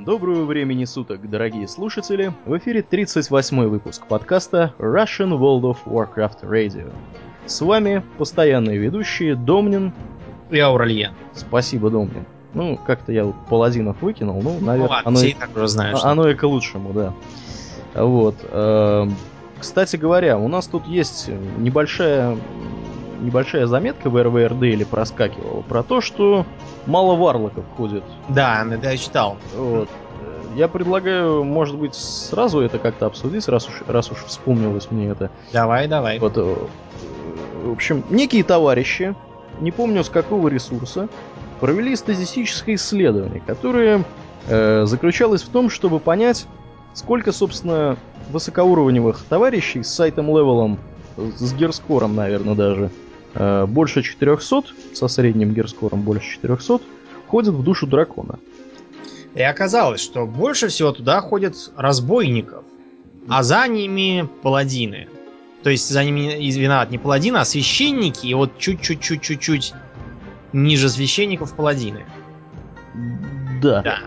Доброго времени суток, дорогие слушатели! В эфире 38-й выпуск подкаста Russian World of Warcraft Radio. С вами постоянные ведущие Домнин и Ауральен. Спасибо, Домнин. Ну, как-то я вот паладинов выкинул, ну, наверное, ладно, все и так уже знают, оно и к лучшему, да. Вот. Кстати говоря, у нас тут есть небольшая заметка в РВР Daily проскакивала про то, что мало варлоков ходит. Да, я читал. Вот. Я предлагаю, может быть, сразу это как-то обсудить, раз уж вспомнилось мне это. Давай. Вот, в общем, некие товарищи, не помню с какого ресурса, провели статистическое исследование, которое заключалось в том, чтобы понять, сколько, собственно, высокоуровневых товарищей с сайтом-левелом, с герскором, наверное, даже, больше 400, со средним герскором больше 400, ходят в душу дракона. И оказалось, что больше всего туда ходят разбойников, а за ними паладины. То есть за ними, виноват, не паладины, а священники, и вот чуть-чуть ниже священников паладины. Да.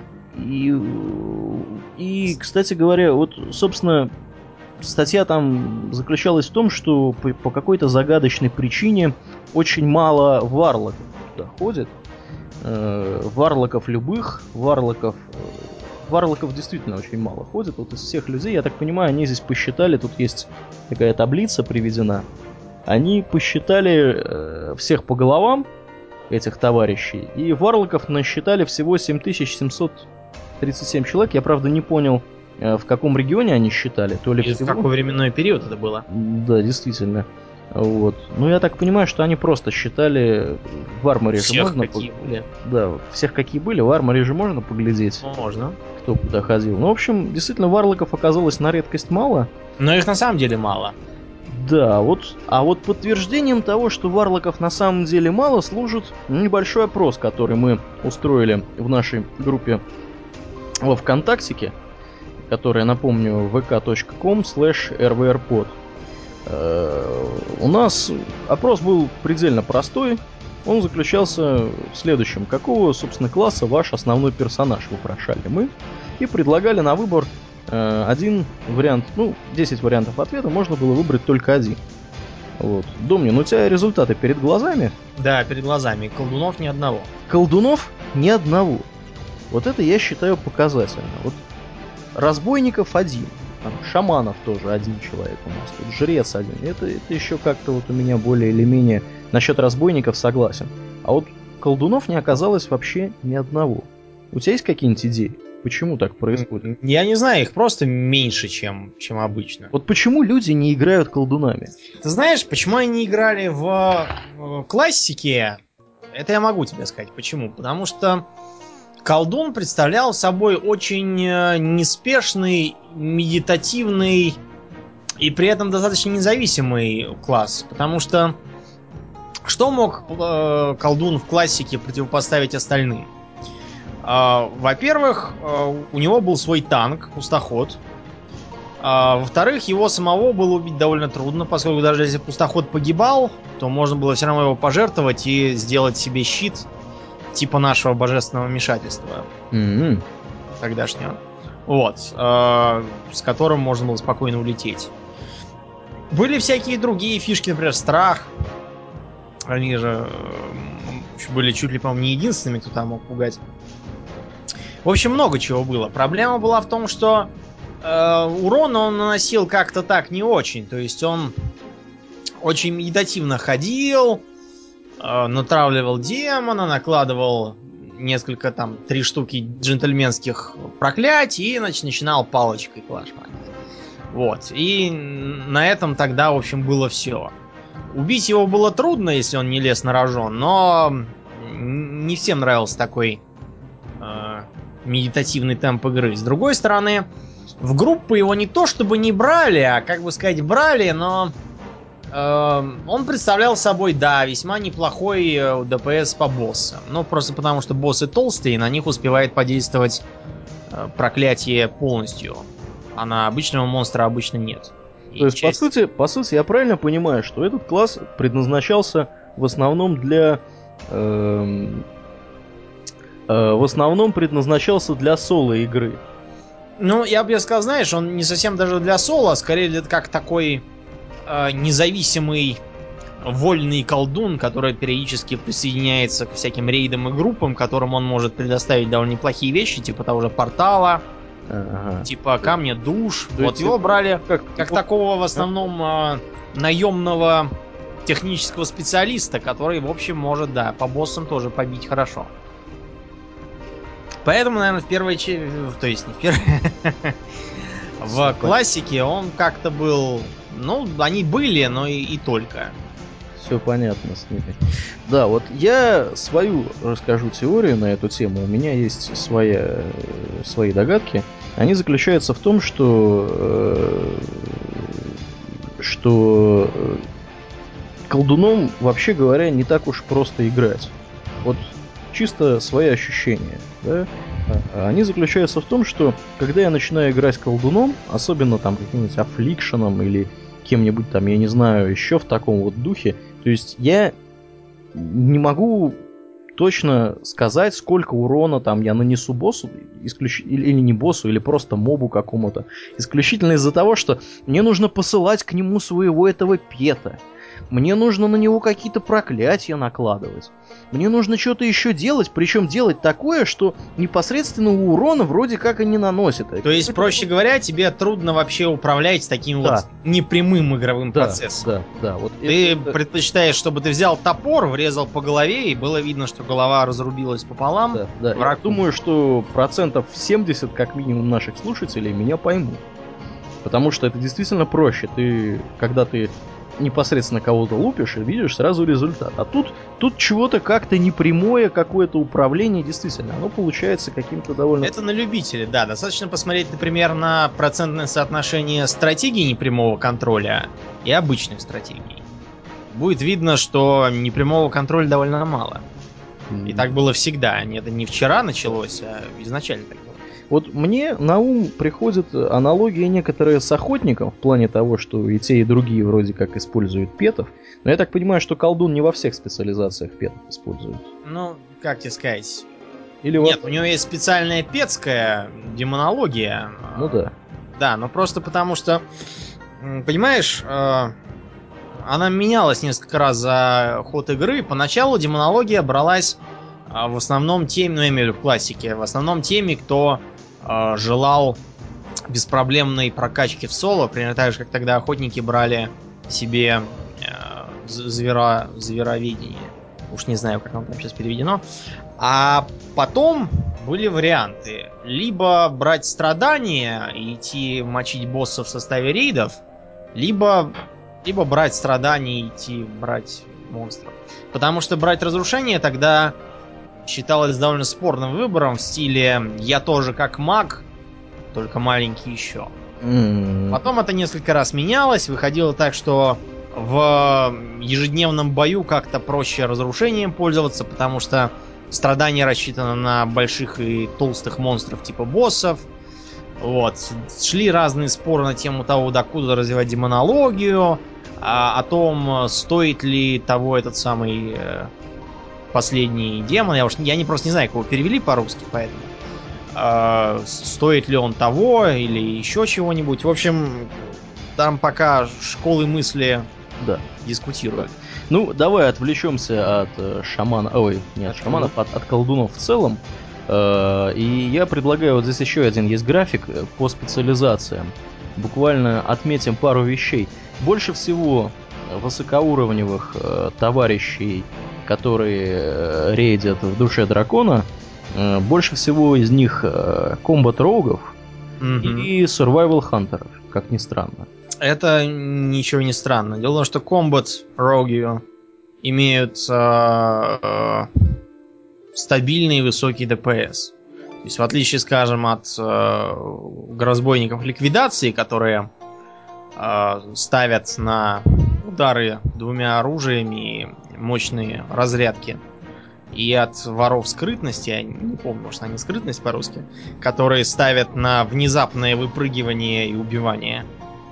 И, кстати говоря, вот, собственно, статья там заключалась в том, что по какой-то загадочной причине очень мало варлоков туда ходит. Варлоков любых, варлоков действительно очень мало ходит. Вот из всех людей, я так понимаю, они здесь посчитали, тут есть такая таблица приведена, они посчитали всех по головам, этих товарищей, и варлоков насчитали всего 7737 человек. Я, правда, не понял, в каком регионе они считали, то ли и всего. В какой временной период это было? Да, действительно. Вот. Ну, я так понимаю, что они просто считали в арморе же можно... Какие были. Да, всех какие были, в арморе же можно поглядеть. Можно. Кто куда ходил. Ну, в общем, действительно, варлоков оказалось на редкость мало. Но их на самом деле мало. Да, вот. А вот подтверждением того, что варлоков на самом деле мало, служит небольшой опрос, который мы устроили в нашей группе во ВКонтактике, которая, напомню, vk.com/rvrpod. У нас опрос был предельно простой. Он заключался в следующем. Какого, собственно, класса ваш основной персонаж, вопрошали мы. И предлагали на выбор один вариант. 10 вариантов ответа, можно было выбрать только один. Вот. Домнин, у тебя результаты перед глазами? Да, перед глазами. Колдунов ни одного. Колдунов ни одного. Вот это я считаю показательно. Вот разбойников один. Там, шаманов тоже один человек у нас, тут жрец один. Это еще как-то вот у меня более или менее насчет разбойников согласен. А вот колдунов не оказалось вообще ни одного. У тебя есть какие-нибудь идеи? Почему так происходит? Я не знаю, их просто меньше, чем обычно. Вот почему люди не играют колдунами? Ты знаешь, почему они не играли в классике? Это я могу тебе сказать. Почему? Потому что колдун представлял собой очень неспешный, медитативный и при этом достаточно независимый класс. Потому что что мог колдун в классике противопоставить остальным? Во-первых, у него был свой танк, пустоход. Во-вторых, его самого было убить довольно трудно, поскольку даже если пустоход погибал, то можно было все равно его пожертвовать и сделать себе щит типа нашего божественного вмешательства тогдашнего. Вот. С которым можно было спокойно улететь. Были всякие другие фишки, например, страх. Они же были чуть ли, по-моему, не единственными, кто там мог пугать. В общем, много чего было. Проблема была в том, что урон он наносил как-то так не очень. То есть он очень медитативно ходил, натравливал демона, накладывал несколько там 3 штуки джентльменских проклятий и, значит, начинал палочкой клашмать. Вот. И на этом тогда, в общем, было все. Убить его было трудно, если он не лез на рожон, но не всем нравился такой медитативный темп игры. С другой стороны, в группы его не то чтобы не брали, а, как бы сказать, брали, но он представлял собой, да, весьма неплохой ДПС по боссам. Ну, просто потому, что боссы толстые, и на них успевает подействовать проклятие полностью. А на обычного монстра обычно нет. То есть, по сути, я правильно понимаю, что этот класс предназначался в основном для в основном предназначался для соло-игры. Ну, я бы сказал, знаешь, он не совсем даже для соло, а скорее как такой независимый вольный колдун, который периодически присоединяется к всяким рейдам и группам, которым он может предоставить довольно неплохие вещи, типа того же портала, типа камня душ. То Вот есть его это брали как такого в основном наемного технического специалиста, который, в общем, может, да, по боссам тоже побить хорошо. Поэтому, наверное, в первой то есть не в первой... В классике он как-то был... Ну, они были, но и только. Все понятно с ними. Да, вот я свою расскажу теорию на эту тему. У меня есть свои догадки. Они заключаются в том, что колдуном, вообще говоря, не так уж просто играть. Вот чисто свои ощущения, да? Они заключаются в том, что когда я начинаю играть колдуном, особенно там каким-нибудь аффликшеном или кем-нибудь там, я не знаю, еще в таком вот духе, то есть я не могу точно сказать, сколько урона там я нанесу боссу, или не боссу, или просто мобу какому-то. Исключительно из-за того, что мне нужно посылать к нему своего этого пета. Мне нужно на него какие-то проклятия накладывать. Мне нужно что-то еще делать, причем делать такое, что непосредственно урона вроде как и не наносит. То есть, проще говоря, тебе трудно вообще управлять таким вот непрямым игровым процессом. Да. Вот ты предпочитаешь, чтобы ты взял топор, врезал по голове, и было видно, что голова разрубилась пополам. Да. Я думаю, что 70% как минимум наших слушателей меня поймут. Потому что это действительно проще. Когда ты непосредственно кого-то лупишь и видишь сразу результат. А тут чего-то как-то непрямое какое-то управление, действительно, оно получается каким-то довольно... Это на любителя, да. Достаточно посмотреть, например, на процентное соотношение стратегии непрямого контроля и обычных стратегий. Будет видно, что непрямого контроля довольно мало. И так было всегда. Это не вчера началось, а изначально так было. Вот мне на ум приходят аналогии некоторые с охотником, в плане того, что и те, и другие вроде как используют петов. Но я так понимаю, что колдун не во всех специализациях петов использует. Ну, как тебе сказать? Нет, у него есть специальная петская демонология. Ну да. Да, но просто потому что, понимаешь, она менялась несколько раз за ход игры. Поначалу демонология бралась в основном теми, ну я имею в виду в классике, в основном теми, кто желал беспроблемной прокачки в соло, примерно так же, как тогда охотники брали себе звероведение. Уж не знаю, как оно там сейчас переведено. А потом были варианты. Либо брать страдания и идти мочить боссов в составе рейдов, либо брать страдания и идти брать монстров. Потому что брать разрушение тогда считалось довольно спорным выбором в стиле «я тоже как маг, только маленький еще». Потом это несколько раз менялось. Выходило так, что в ежедневном бою как-то проще разрушением пользоваться, потому что страдание рассчитано на больших и толстых монстров типа боссов. Вот. Шли разные споры на тему того, докуда развивать демонологию, о том, стоит ли того этот самый последний демон. Я просто не знаю, как его перевели по-русски, поэтому стоит ли он того или еще чего-нибудь. В общем, там пока школы мысли дискутируют. Ну, давай отвлечемся от шамана. Ой, не от шаманов, от колдунов в целом. И я предлагаю, вот здесь еще один есть график по специализациям. Буквально отметим пару вещей. Больше всего высокоуровневых товарищей, которые рейдят в душе дракона, больше всего из них комбат-роугов и survival-хантеров, как ни странно. Это ничего не странно. Дело в том, что комбат-роуги имеют стабильный и высокий ДПС. То есть, в отличие, скажем, от разбойников ликвидации, которые ставят на удары двумя оружиями и мощные разрядки, и от воров скрытности, я не помню, может, они скрытность по-русски, которые ставят на внезапное выпрыгивание и убивание.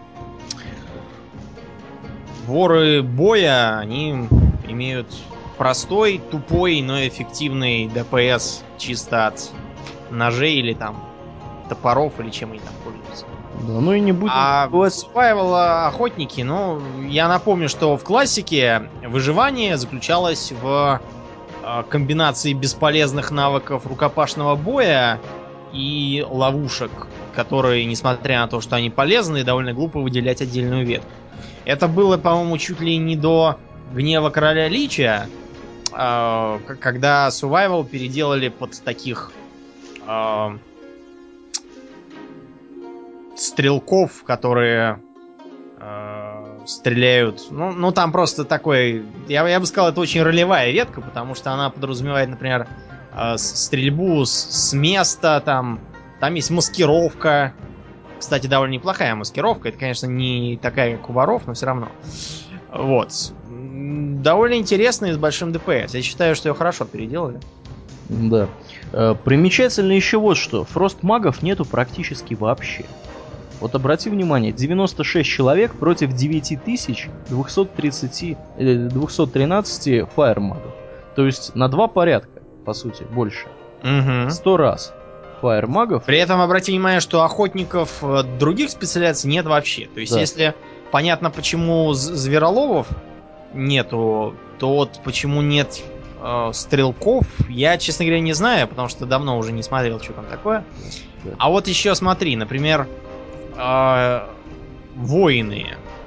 Воры боя, они имеют простой, тупой, но эффективный ДПС чисто от ножей или там топоров, или чем они там пользуются. Да, ну и не будем забывать... survival охотники, ну, я напомню, что в классике выживание заключалось в комбинации бесполезных навыков рукопашного боя и ловушек, которые, несмотря на то, что они полезны, довольно глупо выделять отдельную ветку. Это было, по-моему, чуть ли не до гнева короля Лича, когда survival переделали под таких стрелков, которые стреляют. Ну, там просто такой... Я бы сказал, это очень ролевая ветка, потому что она подразумевает, например, стрельбу с места, там есть маскировка. Кстати, довольно неплохая маскировка. Это, конечно, не такая, как у воров, но все равно. Вот. Довольно интересно и с большим ДПС. Я считаю, что ее хорошо переделали. Да. Примечательно еще вот что. Фрост-магов нету практически вообще. Вот обрати внимание, 96 человек против 9213 фаер-магов. То есть на 2 порядка, по сути, больше. 100 раз фаер-магов. При этом обрати внимание, что охотников других специализаций нет вообще. То есть, если понятно, почему звероловов нету, то вот почему нет стрелков, я, честно говоря, не знаю, потому что давно уже не смотрел, что там такое. Да. А вот еще смотри, например, воины.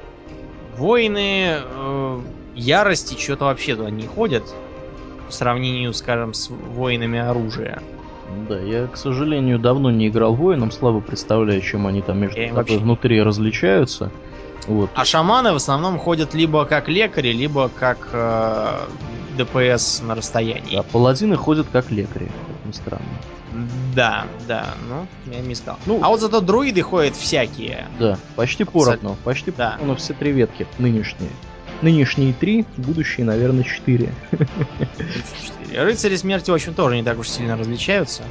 Воины ярости что-то вообще туда не ходят в сравнении, скажем, с воинами оружия. Да, я, к сожалению, давно не играл воином, слабо представляю, чем они там между собой внутри различаются. Вот. А шаманы в основном ходят либо как лекари, либо как ДПС на расстоянии. А паладины ходят как лекари, как ни странно. Да, ну, я не сказал. А вот зато друиды ходят всякие. Да, почти поровну. Почти поровну все 3 ветки нынешние. Нынешние 3, будущие, наверное, 4. Рыцари смерти, в общем, тоже не так уж сильно различаются.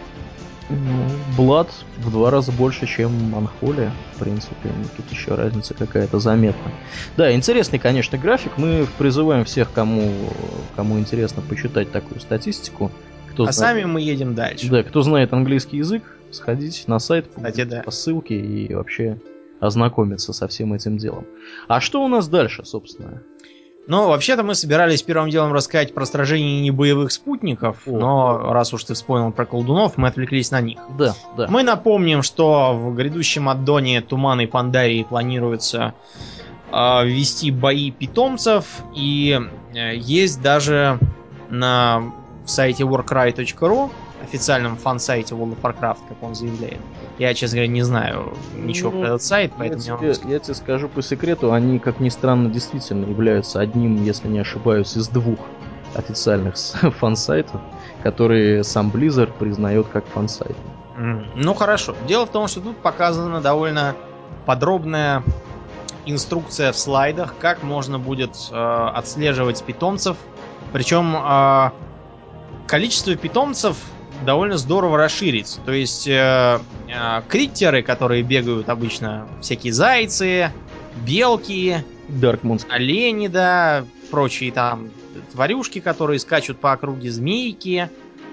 Блад в 2 раза больше, чем Анхолия. В принципе, тут еще разница какая-то заметна. Да, интересный, конечно, график. Мы призываем всех, кому интересно почитать такую статистику. Сами мы едем дальше. Да, кто знает английский язык, сходите на сайт по ссылке и вообще ознакомиться со всем этим делом. А что у нас дальше, собственно? Ну, вообще-то мы собирались первым делом рассказать про сражение небоевых спутников, но раз уж ты вспомнил про колдунов, мы отвлеклись на них. Да. Мы напомним, что в грядущем аддоне Туманной Пандарии планируется ввести бои питомцев, и есть даже на сайте warcry.ru, официальном фан-сайте World of Warcraft, как он заявляет. Я, честно говоря, не знаю ничего про этот сайт, поэтому я тебе скажу по секрету, они, как ни странно, действительно являются одним, если не ошибаюсь, из 2 официальных фан-сайтов, которые сам Blizzard признает как фан-сайт. Ну хорошо. Дело в том, что тут показана довольно подробная инструкция в слайдах, как можно будет отслеживать питомцев. Причем количество питомцев довольно здорово расширится. То есть криттеры, которые бегают обычно, всякие зайцы, белки, олени, да, прочие там тварюшки, которые скачут по округе, змейки,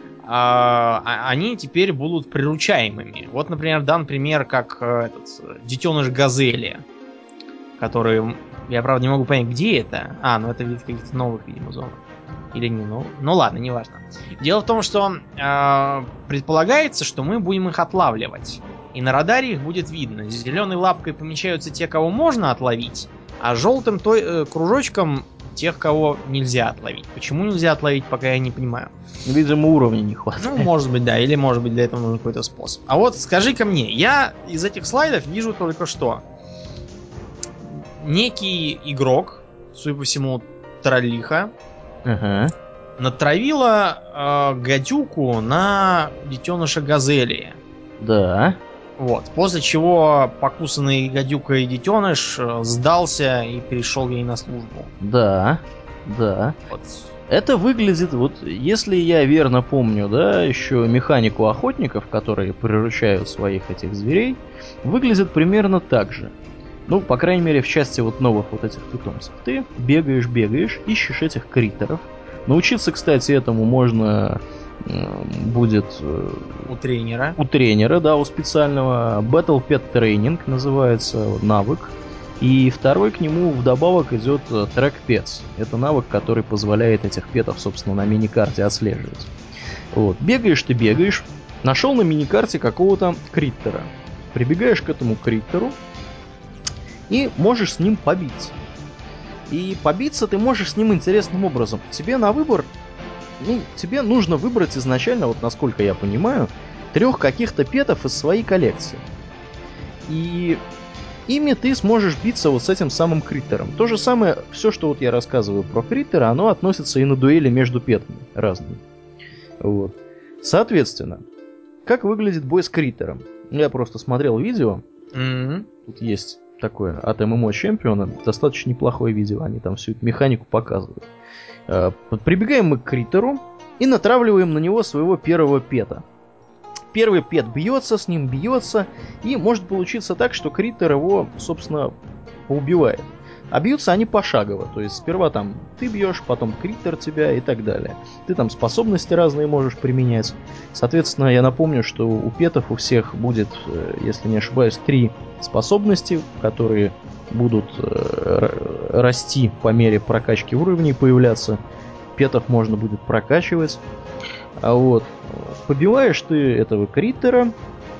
они теперь будут приручаемыми. Вот, например, дан пример, как детеныш газели, который... Я, правда, не могу понять, где это. Ну это вид каких-то новых, видимо, зон. Или не новых. Ну ладно, неважно. Дело в том, что предполагается, что мы будем их отлавливать. И на радаре их будет видно. Зеленой лапкой помечаются те, кого можно отловить, а желтым кружочком тех, кого нельзя отловить. Почему нельзя отловить, пока я не понимаю. Видимо, уровня не хватает. Ну, может быть, да. Или, может быть, для этого нужен какой-то способ. А вот скажи-ка мне, я из этих слайдов вижу только что. Некий игрок, судя по всему, троллиха, натравила гадюку на детеныша газели. Да. Вот. После чего покусанный гадюкой детеныш сдался и перешел ей на службу. Да. Вот. Это выглядит, вот если я верно помню, да, еще механику охотников, которые приручают своих этих зверей, выглядит примерно так же. Ну, по крайней мере, в части вот новых вот этих питомцев. Ты бегаешь, ищешь этих криттеров. Научиться, кстати, этому можно будет у тренера. У тренера, да, у специального. Battle Pet Training называется навык. И второй к нему вдобавок идет Track Pets. Это навык, который позволяет этих петов, собственно, на миникарте отслеживать. Вот. Бегаешь ты, бегаешь. Нашел на миникарте какого-то криттера. Прибегаешь к этому криттеру и можешь с ним побиться. И побиться ты можешь с ним интересным образом. Тебе на выбор, тебе нужно выбрать изначально, вот насколько я понимаю, 3 каких-то петов из своей коллекции. И ими ты сможешь биться вот с этим самым криттером. То же самое, все, что вот я рассказываю про криттера, оно относится и на дуэли между петами разными. Вот. Соответственно, как выглядит бой с криттером? Я просто смотрел видео. Тут есть такое от ММО Чемпиона. Достаточно неплохое видео. Они там всю эту механику показывают. Прибегаем мы к криттеру и натравливаем на него своего первого пета. Первый пет бьется, с ним бьется, и может получиться так, что криттер его, собственно, поубивает. А бьются они пошагово, то есть сперва там ты бьешь, потом криттер тебя и так далее. Ты там способности разные можешь применять. Соответственно, я напомню, что у петов у всех будет, если не ошибаюсь, 3 способности, которые будут расти по мере прокачки уровней, появляться. Петов можно будет прокачивать. А вот побиваешь ты этого криттера,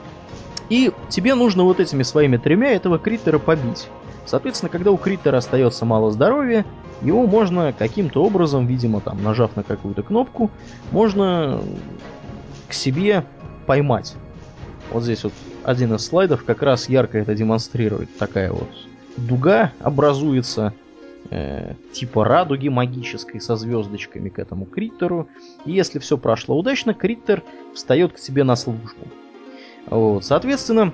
и тебе нужно вот этими своими 3 этого криттера побить. Соответственно, когда у криттера остается мало здоровья, его можно каким-то образом, видимо, там, нажав на какую-то кнопку, можно к себе поймать. Вот здесь вот один из слайдов как раз ярко это демонстрирует. Такая вот дуга образуется, типа радуги магической со звездочками к этому криттеру. И если все прошло удачно, криттер встает к тебе на службу. Вот, соответственно,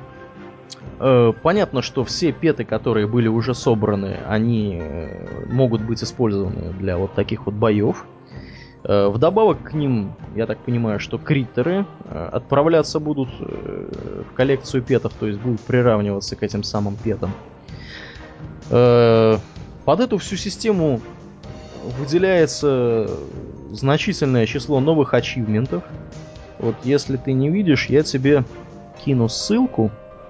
понятно, что все петы, которые были уже собраны, они могут быть использованы для вот таких вот боев. Вдобавок к ним, я так понимаю, что криттеры отправляться будут в коллекцию петов, то есть будут приравниваться к этим самым петам. Под эту всю систему выделяется значительное число новых ачивментов. Вот если ты не видишь, я тебе кину ссылку,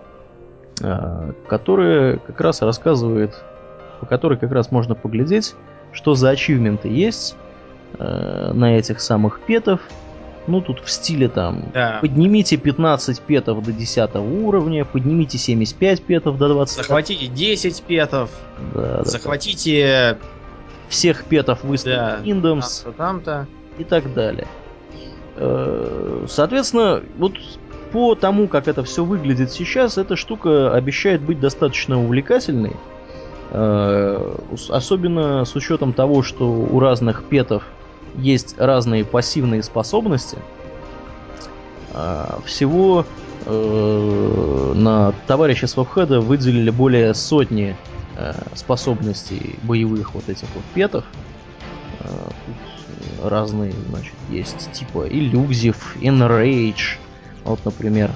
которая как раз рассказывает, по которой как раз можно поглядеть, что за ачивменты есть на этих самых петов. Ну, тут в стиле там, да. Поднимите 15 петов до 10 уровня, поднимите 75 петов до 20. Захватите 10 петов, да, захватите... всех петов выставить Kingdoms, там-то. И так далее. Соответственно, вот по тому, как это все выглядит сейчас, эта штука обещает быть достаточно увлекательной. Особенно с учетом того, что у разных петов есть разные пассивные способности. Всего на товарища Свапхеда выделили более сотни способностей боевых вот этих вот петов. Тут разные, значит, есть типа Elusive, Enrage. Вот, например,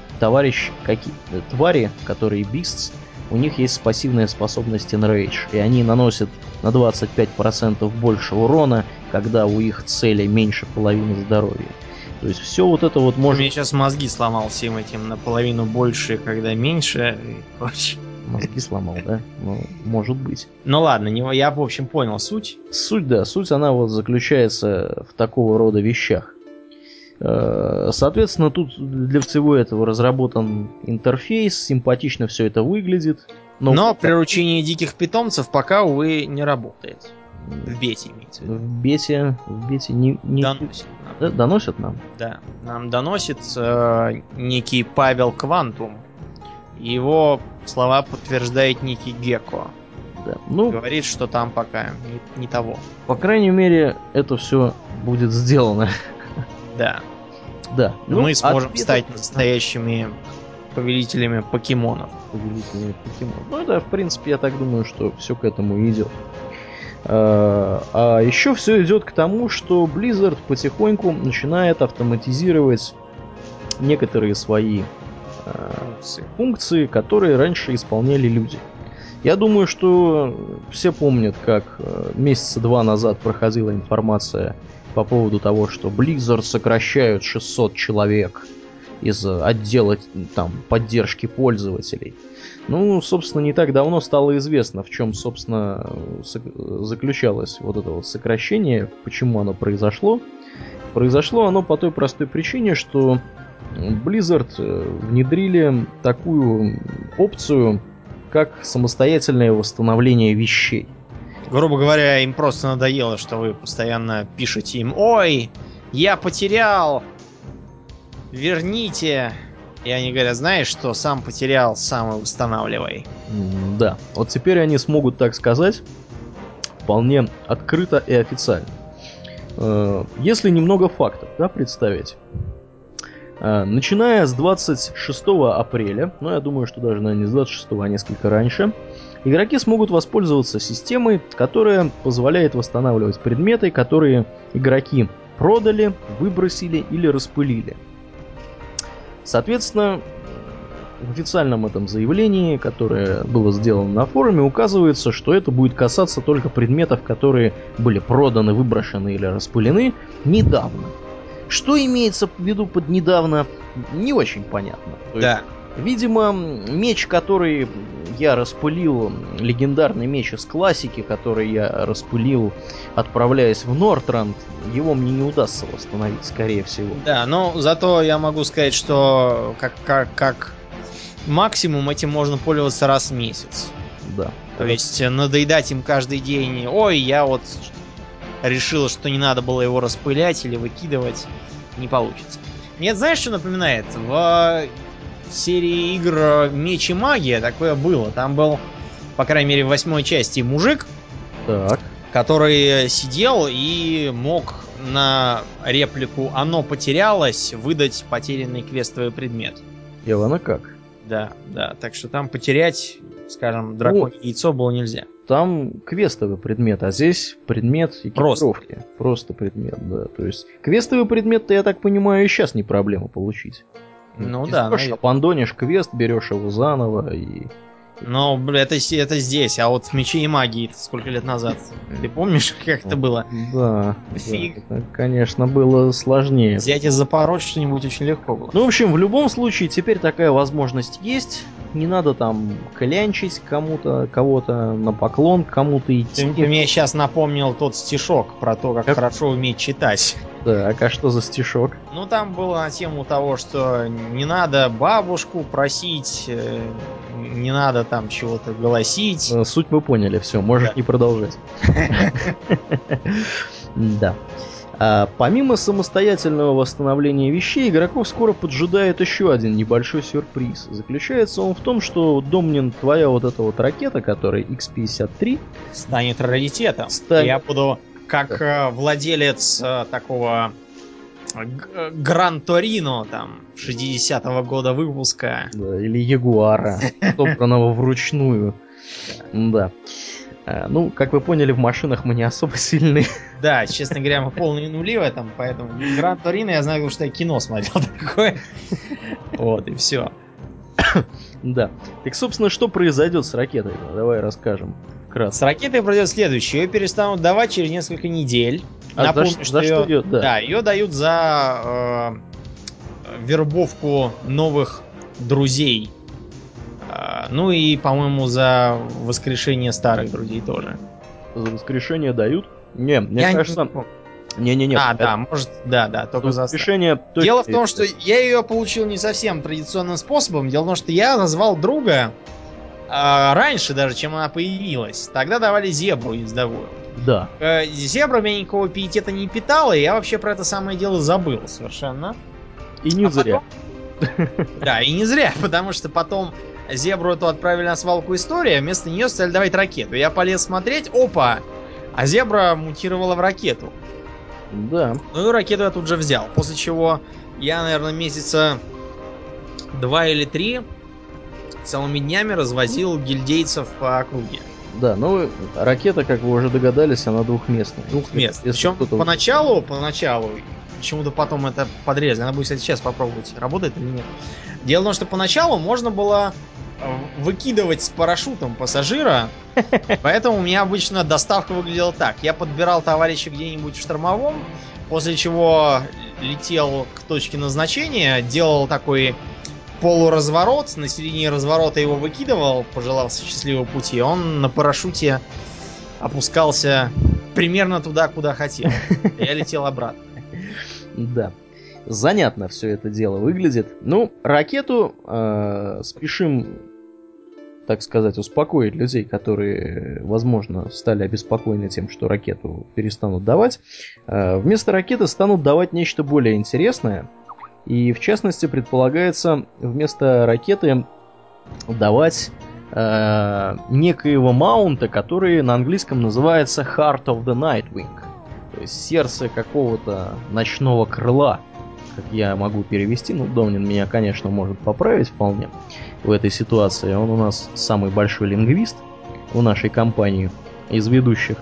твари, которые Beasts, у них есть пассивная способность Enrage, и они наносят на 25% больше урона, когда у их цели меньше половины здоровья. То есть все вот это вот может... Мне сейчас мозги сломал всем этим, наполовину больше, когда меньше. Мозги сломал, да? Ну, может быть. Ну ладно, я, в общем, понял суть. Суть, она вот заключается в такого рода вещах. Соответственно, тут для всего этого разработан интерфейс, симпатично все это выглядит. Но приручение диких питомцев пока, увы, не работает. В бете имеется в виду. В бете не... Доносит нам. Да, доносят нам? Да, нам доносит некий Павел Квантум. Его слова подтверждает некий Гекко. Да. Говорит, что там пока не того. По крайней мере, это все будет сделано. Да. Да. Мы сможем стать настоящими повелителями покемонов. Ну, это, в принципе, я так думаю, что все к этому и идет. А еще все идет к тому, что Blizzard потихоньку начинает автоматизировать некоторые свои функции, которые раньше исполняли люди. Я думаю, что все помнят, как месяца 2 назад проходила информация по поводу того, что Blizzard сокращают 600 человек из отдела там поддержки пользователей. Ну, собственно, не так давно стало известно, в чем, собственно, заключалось вот это вот сокращение, почему оно произошло. Произошло оно по той простой причине, что Blizzard внедрили такую опцию, как самостоятельное восстановление вещей. Грубо говоря, им просто надоело, что вы постоянно пишете им: «Ой, я потерял, верните». И они говорят: знаешь что, сам потерял, сам и восстанавливай. Да, вот теперь они смогут так сказать вполне открыто и официально. Если немного фактов, да, представить. Начиная с 26 апреля, ну я думаю, что даже, наверное, не с 26, а несколько раньше, игроки смогут воспользоваться системой, которая позволяет восстанавливать предметы, которые игроки продали, выбросили или распылили. Соответственно, в официальном этом заявлении, которое было сделано на форуме, указывается, что это будет касаться только предметов, которые были проданы, выброшены или распылены недавно. Что имеется в виду под недавно, не очень понятно. Да. Видимо, меч, который я распылил, легендарный меч из классики, который я распылил, отправляясь в Нортранд, его мне не удастся восстановить, скорее всего. Да, но зато я могу сказать, что как максимум этим можно пользоваться раз в месяц. Да. То есть надоедать им каждый день: ой, я вот решил, что не надо было его распылять или выкидывать, не получится. Мне, знаешь, что напоминает? В серии игр «Меч и магия» такое было. Там был, по крайней мере, в 8 части мужик, Так. который сидел и мог на реплику «оно потерялось» выдать потерянный квестовый предмет. Ивана как? Да, да. Так что там потерять, скажем, драконье яйцо было нельзя. Там квестовый предмет, а здесь предмет экипировки. Просто предмет, да. То есть квестовый предмет-то, я так понимаю, и сейчас не проблема получить. Ну Ты да, идёшь, абандонишь квест, берешь его заново и... Но, бля, это здесь, а вот в «Мече и магии» сколько лет назад? Ты помнишь, как это было? Да, Фиг. да, это, конечно, было сложнее. Взять и запороть что-нибудь очень легко было. Ну, в общем, в любом случае, теперь такая возможность есть. Не надо там клянчить кого-то на поклон, к кому-то идти. Ты мне сейчас напомнил тот стишок про то, как хорошо уметь читать. Так, а что за стишок? Ну, там было на тему того, что не надо бабушку просить, не надо там чего-то голосить. Суть вы поняли, все, можешь Да. не продолжать. Да. Помимо самостоятельного восстановления вещей, игроков скоро поджидает еще один небольшой сюрприз. Заключается он в том, что, Домнин, твоя вот эта вот ракета, которая X-53, Станет раритетом. Станет. Я буду как владелец такого Гран-Торино, там, 60-го года выпуска. да, или Ягуара, собранного вручную. Да. Ну, как вы поняли, в машинах мы не особо сильны. Да, честно говоря, мы полные нули в этом, поэтому Гран-Торино я знаю, потому что я кино смотрел такое. Вот, и все. Да. Так, собственно, что произойдет с ракетой? Давай расскажем вкратце. С ракетой пройдет следующее. Ее перестанут давать через несколько недель. А Напомню, за что ее? Да, ее дают за вербовку новых друзей. Ну и, по-моему, за воскрешение старых друзей тоже. За воскрешение дают? Не, мне Я кажется... Не-не-не. да, может, да, только за воскрешение... Дело в том, что я ее получил не совсем традиционным способом. Дело в том, что я назвал друга раньше даже, чем она появилась. Тогда давали зебру ездовую. Да. Зебра меня никакого пиетета не питала, и я вообще про это самое дело забыл совершенно. И не зря. Да, и не зря, потому что потом зебру эту отправили на свалку истории, а вместо нее стали давать ракету. Я полез смотреть, опа! А зебра мутировала в ракету. Да. Ну и ракету я тут же взял. После чего я, наверное, месяца 2 или 3 целыми днями развозил гильдейцев по округе. Да, ну ракета, как вы уже догадались, она двухместная. Двухместная. Причем поначалу, почему-то потом это подрезали. Надо будет, кстати, сейчас попробовать, работает или нет. Дело в том, что поначалу можно было выкидывать с парашютом пассажира, поэтому у меня обычно доставка выглядела так. Я подбирал товарища где-нибудь в штормовом, после чего летел к точке назначения, делал такой полуразворот, на середине разворота его выкидывал, пожелав счастливого пути, он на парашюте опускался примерно туда, куда хотел. Я летел обратно. Да. Занятно все это дело выглядит. Ну, ракету спешим, так сказать, успокоить людей, которые, возможно, стали обеспокоены тем, что ракету перестанут давать. Вместо ракеты станут давать нечто более интересное. И, в частности, предполагается вместо ракеты давать некоего маунта, который на английском называется Heart of the Nightwing. То есть сердце какого-то ночного крыла, как я могу перевести. Ну, Домнин меня, конечно, может поправить вполне в этой ситуации. Он у нас самый большой лингвист в нашей компании из ведущих.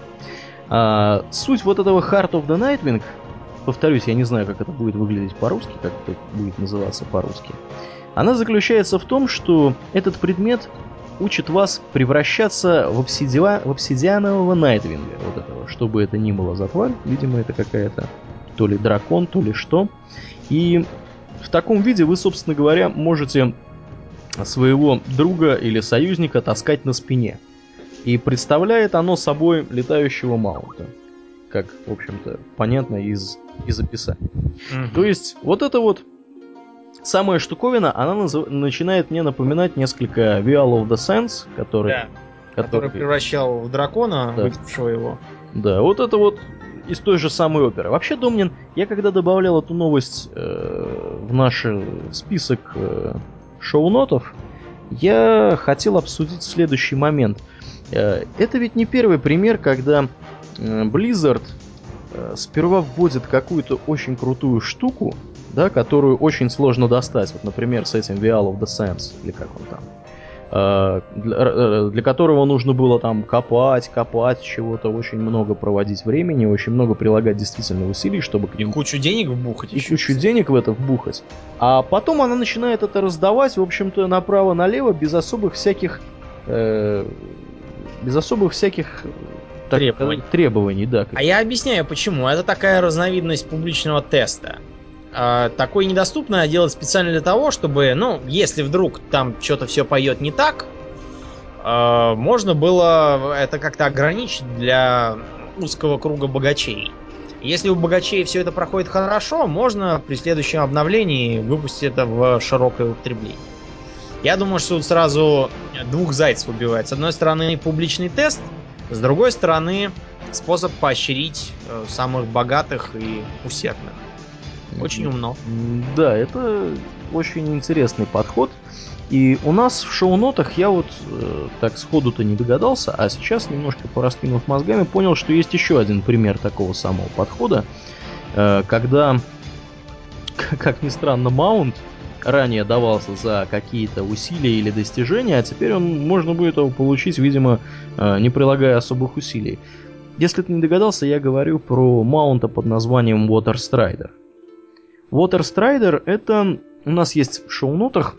Суть вот этого Heart of the Nightwing, повторюсь, я не знаю, как это будет выглядеть по-русски, как это будет называться по-русски. Она заключается в том, что этот предмет учит вас превращаться в обсидианового Найтвинга, вот этого, что бы это ни было за тварь, видимо, это какая-то то ли дракон, то ли что. И в таком виде вы, собственно говоря, можете своего друга или союзника таскать на спине. И представляет оно собой летающего маунта, как, в общем-то, понятно из описания. То есть, вот это вот самая штуковина, она начинает мне напоминать несколько Vial of the Sands, который превращал в дракона, да, выкинувшего его. Да, вот это вот из той же самой оперы. Вообще, Домнин, я когда добавлял эту новость в наш список шоу-нотов, я хотел обсудить следующий момент. Это ведь не первый пример, когда Blizzard сперва вводит какую-то очень крутую штуку, да, которую очень сложно достать. Вот, например, с этим Vial of the Sands, или как он там. Для которого нужно было там копать чего-то, очень много проводить времени, очень много прилагать действительно усилий, чтобы... И кучу денег вбухать. И кучу денег в это вбухать. А потом она начинает это раздавать, в общем-то, направо-налево, без особых всяких... требований, да. А я объясняю, почему. Это такая разновидность публичного теста. Такое недоступно делать специально для того, чтобы, ну, если вдруг там что-то все пойдет не так, можно было это как-то ограничить для узкого круга богачей. Если у богачей все это проходит хорошо, можно при следующем обновлении выпустить это в широкое употребление. Я думаю, что тут сразу двух зайцев убивает. С одной стороны, публичный тест, с другой стороны, способ поощрить самых богатых и усердных. Очень умно. Да, это очень интересный подход. И у нас в шоу-нотах я вот так сходу-то не догадался, а сейчас, немножко пораскинув мозгами, понял, что есть еще один пример такого самого подхода, когда, как ни странно, маунт ранее давался за какие-то усилия или достижения, а теперь можно будет его получить, видимо, не прилагая особых усилий. Если ты не догадался, я говорю про маунта под названием Water Strider. Water Strider — это у нас есть в шоу-нотах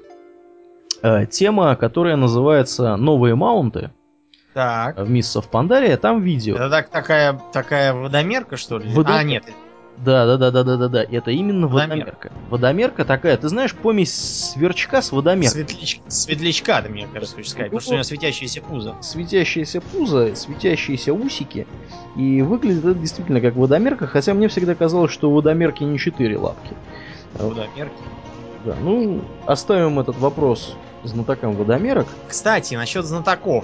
тема, которая называется «Новые маунты». Так. В Mists of Pandaria, там видео. Это такая водомерка, что ли? А, нет. Да, это именно водомерка. Водомерка такая, ты знаешь, помесь сверчка с водомеркой. Светлячка, ты мне кажется, хочешь сказать, потому что у него светящееся пузо. Светящееся пузо, светящиеся усики. И выглядит это действительно как водомерка, хотя мне всегда казалось, что у водомерки не 4 лапки. Водомерки? Да, ну, оставим этот вопрос знатокам водомерок. Кстати, насчет знатоков.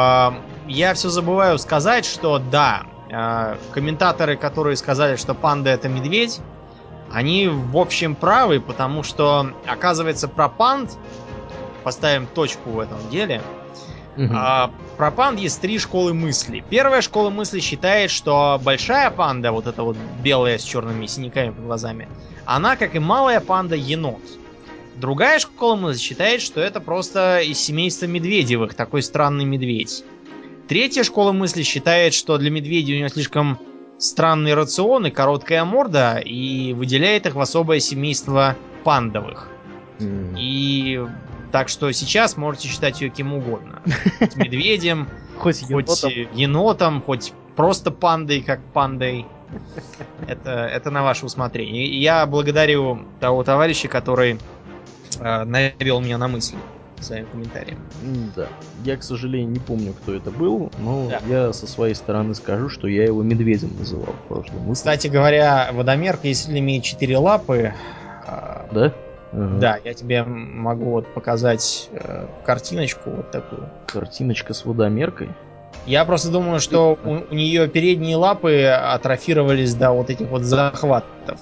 Я все забываю сказать, что да, комментаторы, которые сказали, что панда это медведь, они в общем правы, потому что, оказывается, про панд, поставим точку в этом деле, про панд есть 3 школы мысли. Первая школа мысли считает, что большая панда, вот эта вот белая с черными синяками под глазами, она, как и малая панда, енот. Другая школа мысли считает, что это просто из семейства Медведевых, такой странный медведь. Третья школа мысли считает, что для медведя у него слишком странный рацион и короткая морда, и выделяет их в особое семейство пандовых. И Так что сейчас можете считать ее кем угодно. Хоть медведем, Хоть енотом, хоть просто пандой, как пандой. Это на ваше усмотрение. И я благодарю того товарища, который навел меня на мысль своим комментарием. Да. Я, к сожалению, не помню, кто это был, но Да. я со своей стороны скажу, что я его медведем называл в прошлом выпуске. Кстати говоря, водомерка, если имеет 4 лапы... Да? Да, я тебе могу вот показать картиночку вот такую. Картиночка с водомеркой? Я просто думаю, что у нее передние лапы атрофировались до вот этих вот захватов.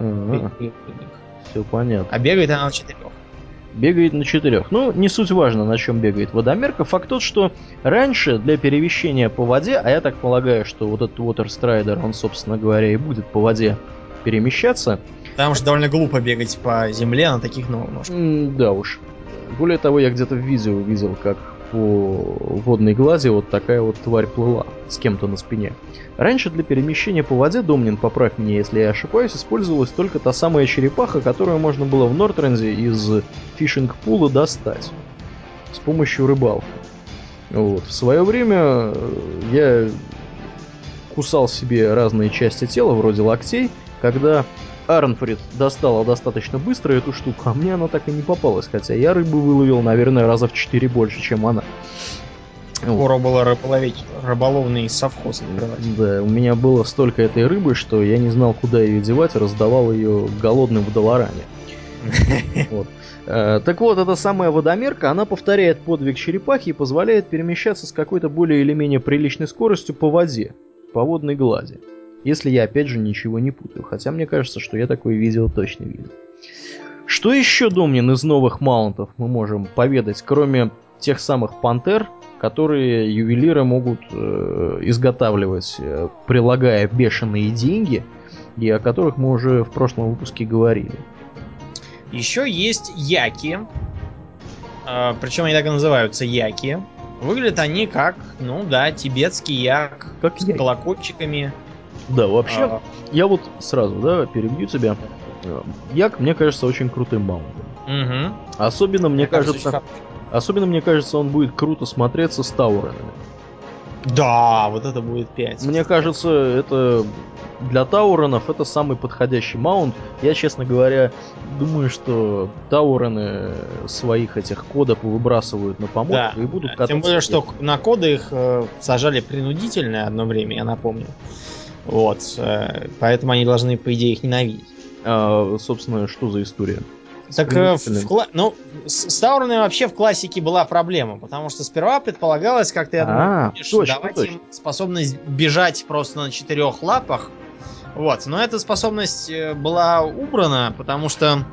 Все понятно. А бегает она на 4. Бегает на 4. Ну, не суть важно, на чем бегает водомерка. Факт тот, что раньше для перемещения по воде, а я так полагаю, что вот этот Water Strider, он, собственно говоря, и будет по воде перемещаться. Потому что довольно глупо бегать по земле на таких ножках. Да уж. Более того, я где-то в видео видел, как по водной глади вот такая вот тварь плыла с кем-то на спине. Раньше для перемещения по воде, Домнин, поправь меня, если я ошибаюсь, использовалась только та самая черепаха, которую можно было в Нортренде из фишинг-пула достать с помощью рыбалки. Вот. В свое время я кусал себе разные части тела, вроде локтей, когда Арнфрид достала достаточно быстро эту штуку, а мне она так и не попалась, хотя я рыбу выловил, наверное, раза в 4 больше, чем она. Скоро было рыболовный совхоз открывать. Да, у меня было столько этой рыбы, что я не знал, куда ее девать, раздавал ее голодным в Долоране. Вот. Так вот, эта самая водомерка, она повторяет подвиг черепахи и позволяет перемещаться с какой-то более или менее приличной скоростью по воде, по водной глади. Если я, опять же, ничего не путаю. Хотя мне кажется, что я такое видео точно видел. Что еще, Домнин, из новых маунтов мы можем поведать, кроме тех самых пантер, которые ювелиры могут изготавливать, прилагая бешеные деньги, и о которых мы уже в прошлом выпуске говорили? Еще есть яки. Причем они так и называются яки. Выглядят они как, ну да, тибетский як. Как с колокольчиками. Да, вообще, я вот сразу, да, перебью тебя. Як, мне кажется, очень крутым маунтом. Угу. Особенно, мне кажется, он будет круто смотреться с тауренами. Да, вот это будет 5. Мне кажется, это для тауренов это самый подходящий маунт. Я, честно говоря, думаю, что таурены своих этих кодов выбрасывают на помойку и будут кататься. Тем более, что на коды их сажали принудительно одно время, я напомню. Вот, поэтому они должны, по идее, их ненавидеть. Собственно, что за история? Так, с Таурами вообще в классике была проблема, потому что сперва предполагалось, как ты помнишь, давать им способность бежать просто на 4 лапах. Вот, но эта способность была убрана, потому что,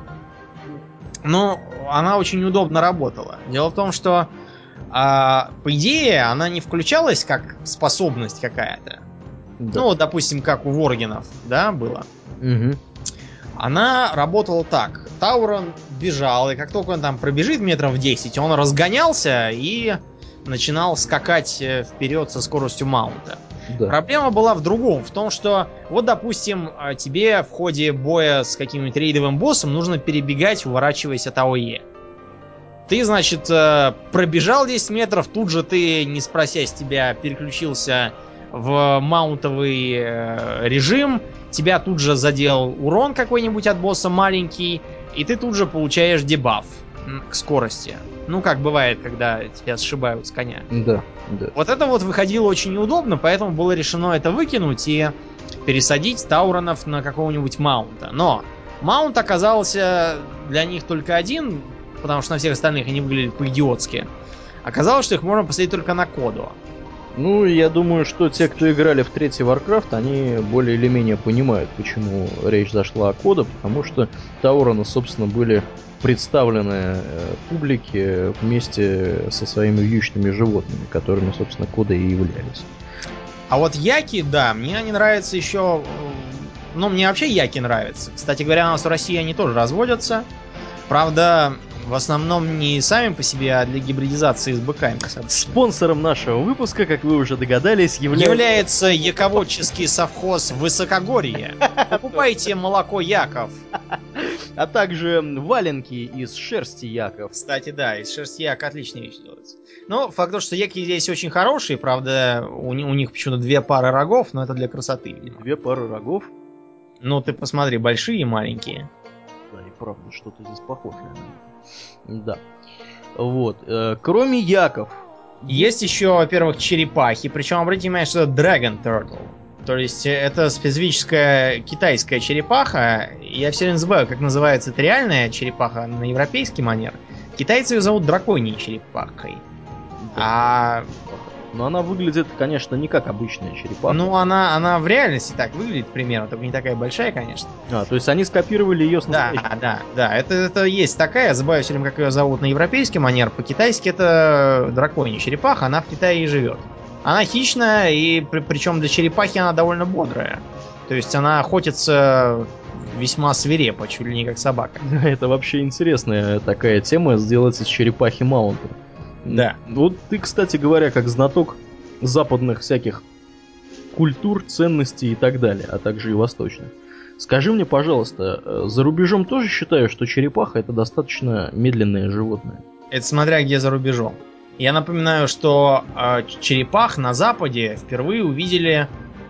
она очень удобно работала. Дело в том, что, по идее, она не включалась как способность какая-то. Да. Ну, вот, допустим, как у воргенов, да, было. Угу. Она работала так. Таурон бежал, и как только он там пробежит метров 10, он разгонялся и начинал скакать вперед со скоростью маунта. Да. Проблема была в другом, в том, что, вот, допустим, тебе в ходе боя с каким-нибудь рейдовым боссом нужно перебегать, уворачиваясь от АОЕ. Ты, значит, пробежал 10 метров, тут же ты, не спросясь тебя, переключился в маунтовый режим, тебя тут же задел урон какой-нибудь от босса маленький, и ты тут же получаешь дебаф к скорости. Ну, как бывает, когда тебя сшибают с коня. Да, да. Вот это вот выходило очень неудобно, поэтому было решено это выкинуть и пересадить тауронов на какого-нибудь маунта. Но маунт оказался для них только один, потому что на всех остальных они выглядели по-идиотски. Оказалось, что их можно посадить только на коду. Ну, я думаю, что те, кто играли в третий Warcraft, они более или менее понимают, почему речь зашла о коде, потому что тауроны, собственно, были представлены публике вместе со своими вьючными животными, которыми, собственно, коды и являлись. А вот яки, да, мне они нравятся еще... Ну, мне вообще яки нравятся. Кстати говоря, у нас в России они тоже разводятся. Правда... В основном не сами по себе, а для гибридизации с быками. Спонсором нашего выпуска, как вы уже догадались, является яководческий совхоз Высокогорье. Покупайте молоко яков. А также валенки из шерсти яков. Кстати, да, из шерсти як отличная вещь делается. Но факт то, что яки здесь очень хорошие, правда, у них почему-то 2 пары рогов, но это для красоты, видимо. 2 пары рогов? Ну, ты посмотри, большие и маленькие. Да, и правда, что-то здесь похожее на это. Да. Вот. Кроме яков. Есть еще, во-первых, черепахи. Причем, обратите внимание, что это Dragon Turtle. То есть, это специфическая китайская черепаха. Я все время забываю, как называется эта реальная черепаха на европейский манер. Китайцы ее зовут драконьей черепахой. Да. Но она выглядит, конечно, не как обычная черепаха. Ну, она в реальности так выглядит примерно, только не такая большая, конечно. То есть они скопировали ее с настоящей. Да. Это есть такая, я забываю все время, как ее зовут на европейский манер. По-китайски это драконья черепаха, она в Китае и живет. Она хищная, и причем для черепахи она довольно бодрая. То есть она охотится весьма свирепо, чуть ли не как собака. Это вообще интересная такая тема, сделать из черепахи маунта. Да. Вот ты, кстати говоря, как знаток западных всяких культур, ценностей и так далее, а также и восточных. Скажи мне, пожалуйста, за рубежом тоже считаю, что черепаха это достаточно медленное животное? Это смотря где за рубежом. Я напоминаю, что черепах на Западе впервые увидели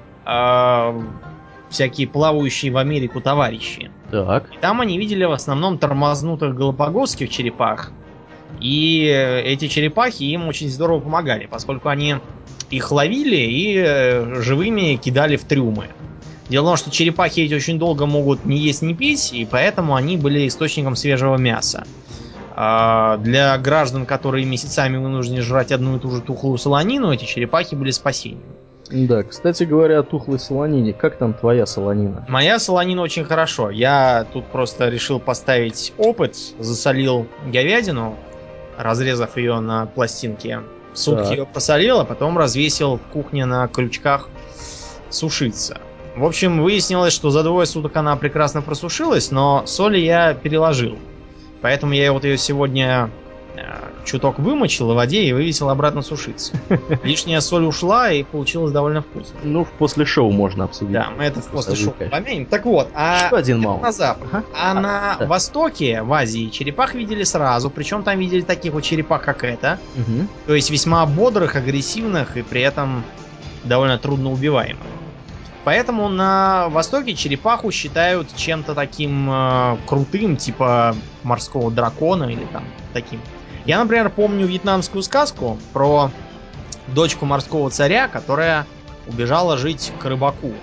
всякие плавающие в Америку товарищи. Так. И там они видели в основном тормознутых галапагосских черепах. И эти черепахи им очень здорово помогали, поскольку они их ловили и живыми кидали в трюмы. Дело в том, что черепахи эти очень долго могут не есть, не пить, и поэтому они были источником свежего мяса. Для граждан, которые месяцами вынуждены жрать одну и ту же тухлую солонину, эти черепахи были спасением. Да, кстати говоря, о тухлой солонине. Как там твоя солонина? Моя солонина очень хорошо. Я тут просто решил поставить опыт, засолил говядину, разрезав ее на пластинки. Сутки ее посолил, а потом развесил в кухне на крючках сушиться. В общем, выяснилось, что за 2 суток она прекрасно просушилась, но соли я переложил. Поэтому я вот ее сегодня чуток вымочил в воде и вывесил обратно сушиться. Лишняя соль ушла и получилось довольно вкусно. Ну, после шоу можно обсудить. Да, мы это после шоу помянем. Так вот, еще один маунт. На запад. На востоке, в Азии, черепах видели сразу. Причем там видели таких вот черепах, как это. Угу. То есть весьма бодрых, агрессивных и при этом довольно трудно убиваемых. Поэтому на Востоке черепаху считают чем-то таким крутым, типа морского дракона или там таким. Я, например, помню вьетнамскую сказку про дочку морского царя, которая убежала жить к рыбаку.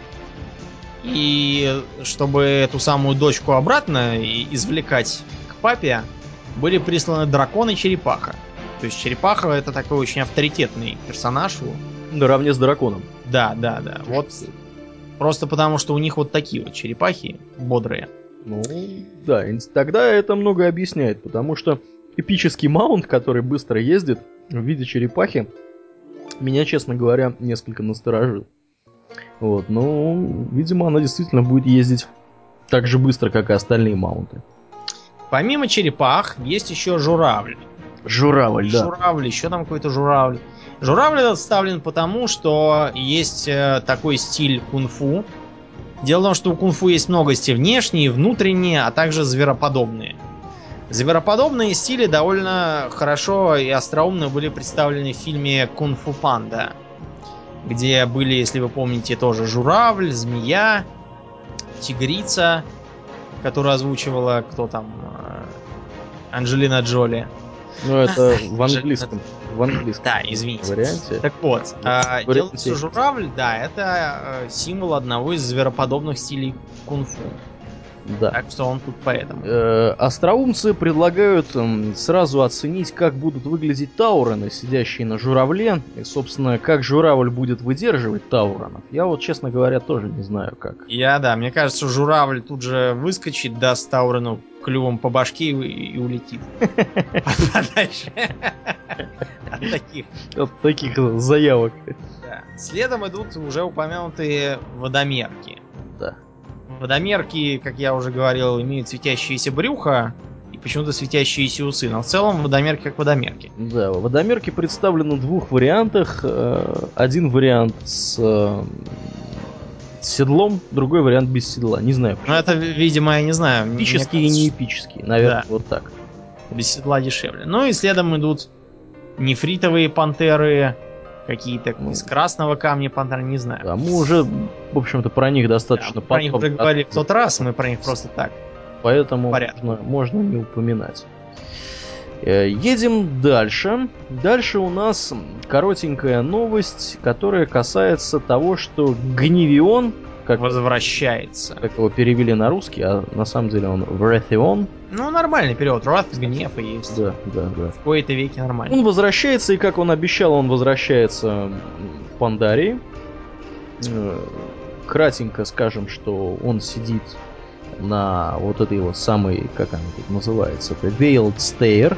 И чтобы эту самую дочку обратно извлекать к папе, были присланы дракон и черепаха. То есть черепаха это такой очень авторитетный персонаж. Наравне с драконом. Да. Вот просто потому, что у них вот такие вот черепахи бодрые. Ну, да, тогда это много объясняет, потому что эпический маунт, который быстро ездит в виде черепахи, меня, честно говоря, несколько насторожил. Вот, ну, видимо, она действительно будет ездить так же быстро, как и остальные маунты. Помимо черепах, есть еще журавль. Журавль, да. Журавль, еще там какой-то журавль. Журавль этот вставлен потому, что есть такой стиль кунг-фу. Дело в том, что у кунг-фу есть много стилей: внешние, внутренние, а также звероподобные. Звероподобные стили довольно хорошо и остроумно были представлены в фильме «Кунг-фу Панда», где были, если вы помните, тоже журавль, змея, тигрица, которую озвучивала кто там, Анджелина Джоли. Ну, это в английском. Да, извините. Варианте. Так вот, дело в том, что журавль, да, это символ одного из звероподобных стилей кунг-фу. Да. Так что он тут поэтому. Остроумцы предлагают сразу оценить, как будут выглядеть таурены, сидящие на журавле. И, собственно, как журавль будет выдерживать тауренов. Я вот, честно говоря, тоже не знаю как. Мне кажется, журавль тут же выскочит, даст таурену клювом по башке и улетит. Подальше. От таких заявок. Следом идут уже упомянутые водомерки. Да. Водомерки, как я уже говорил, имеют светящиеся брюха и почему-то светящиеся усы. Но в целом водомерки как водомерки. Да, водомерки представлены в 2 вариантах. Один вариант с с седлом, другой вариант без седла. Не знаю Ну, это, видимо, я не знаю. Эпический и не эпический, наверное, да. вот так. Без седла дешевле. Ну и следом идут нефритовые пантеры, какие-то из красного камня пантеры, не знаю. Да, мы уже, в общем-то, про них достаточно про них уже говорили в тот раз, мы про них просто так. Поэтому можно не упоминать. Едем дальше. Дальше у нас коротенькая новость, которая касается того, что Гневион, как возвращается. Как его перевели на русский, а на самом деле он Wrathion. Ну, нормальный перевод. Wrath, гнев и есть. Да. В кои-то веки нормально. Он возвращается, и как он обещал, он возвращается в Пандарии. Кратенько скажем, что он сидит на вот этой вот самой, как она тут называется, это Veiled Stair.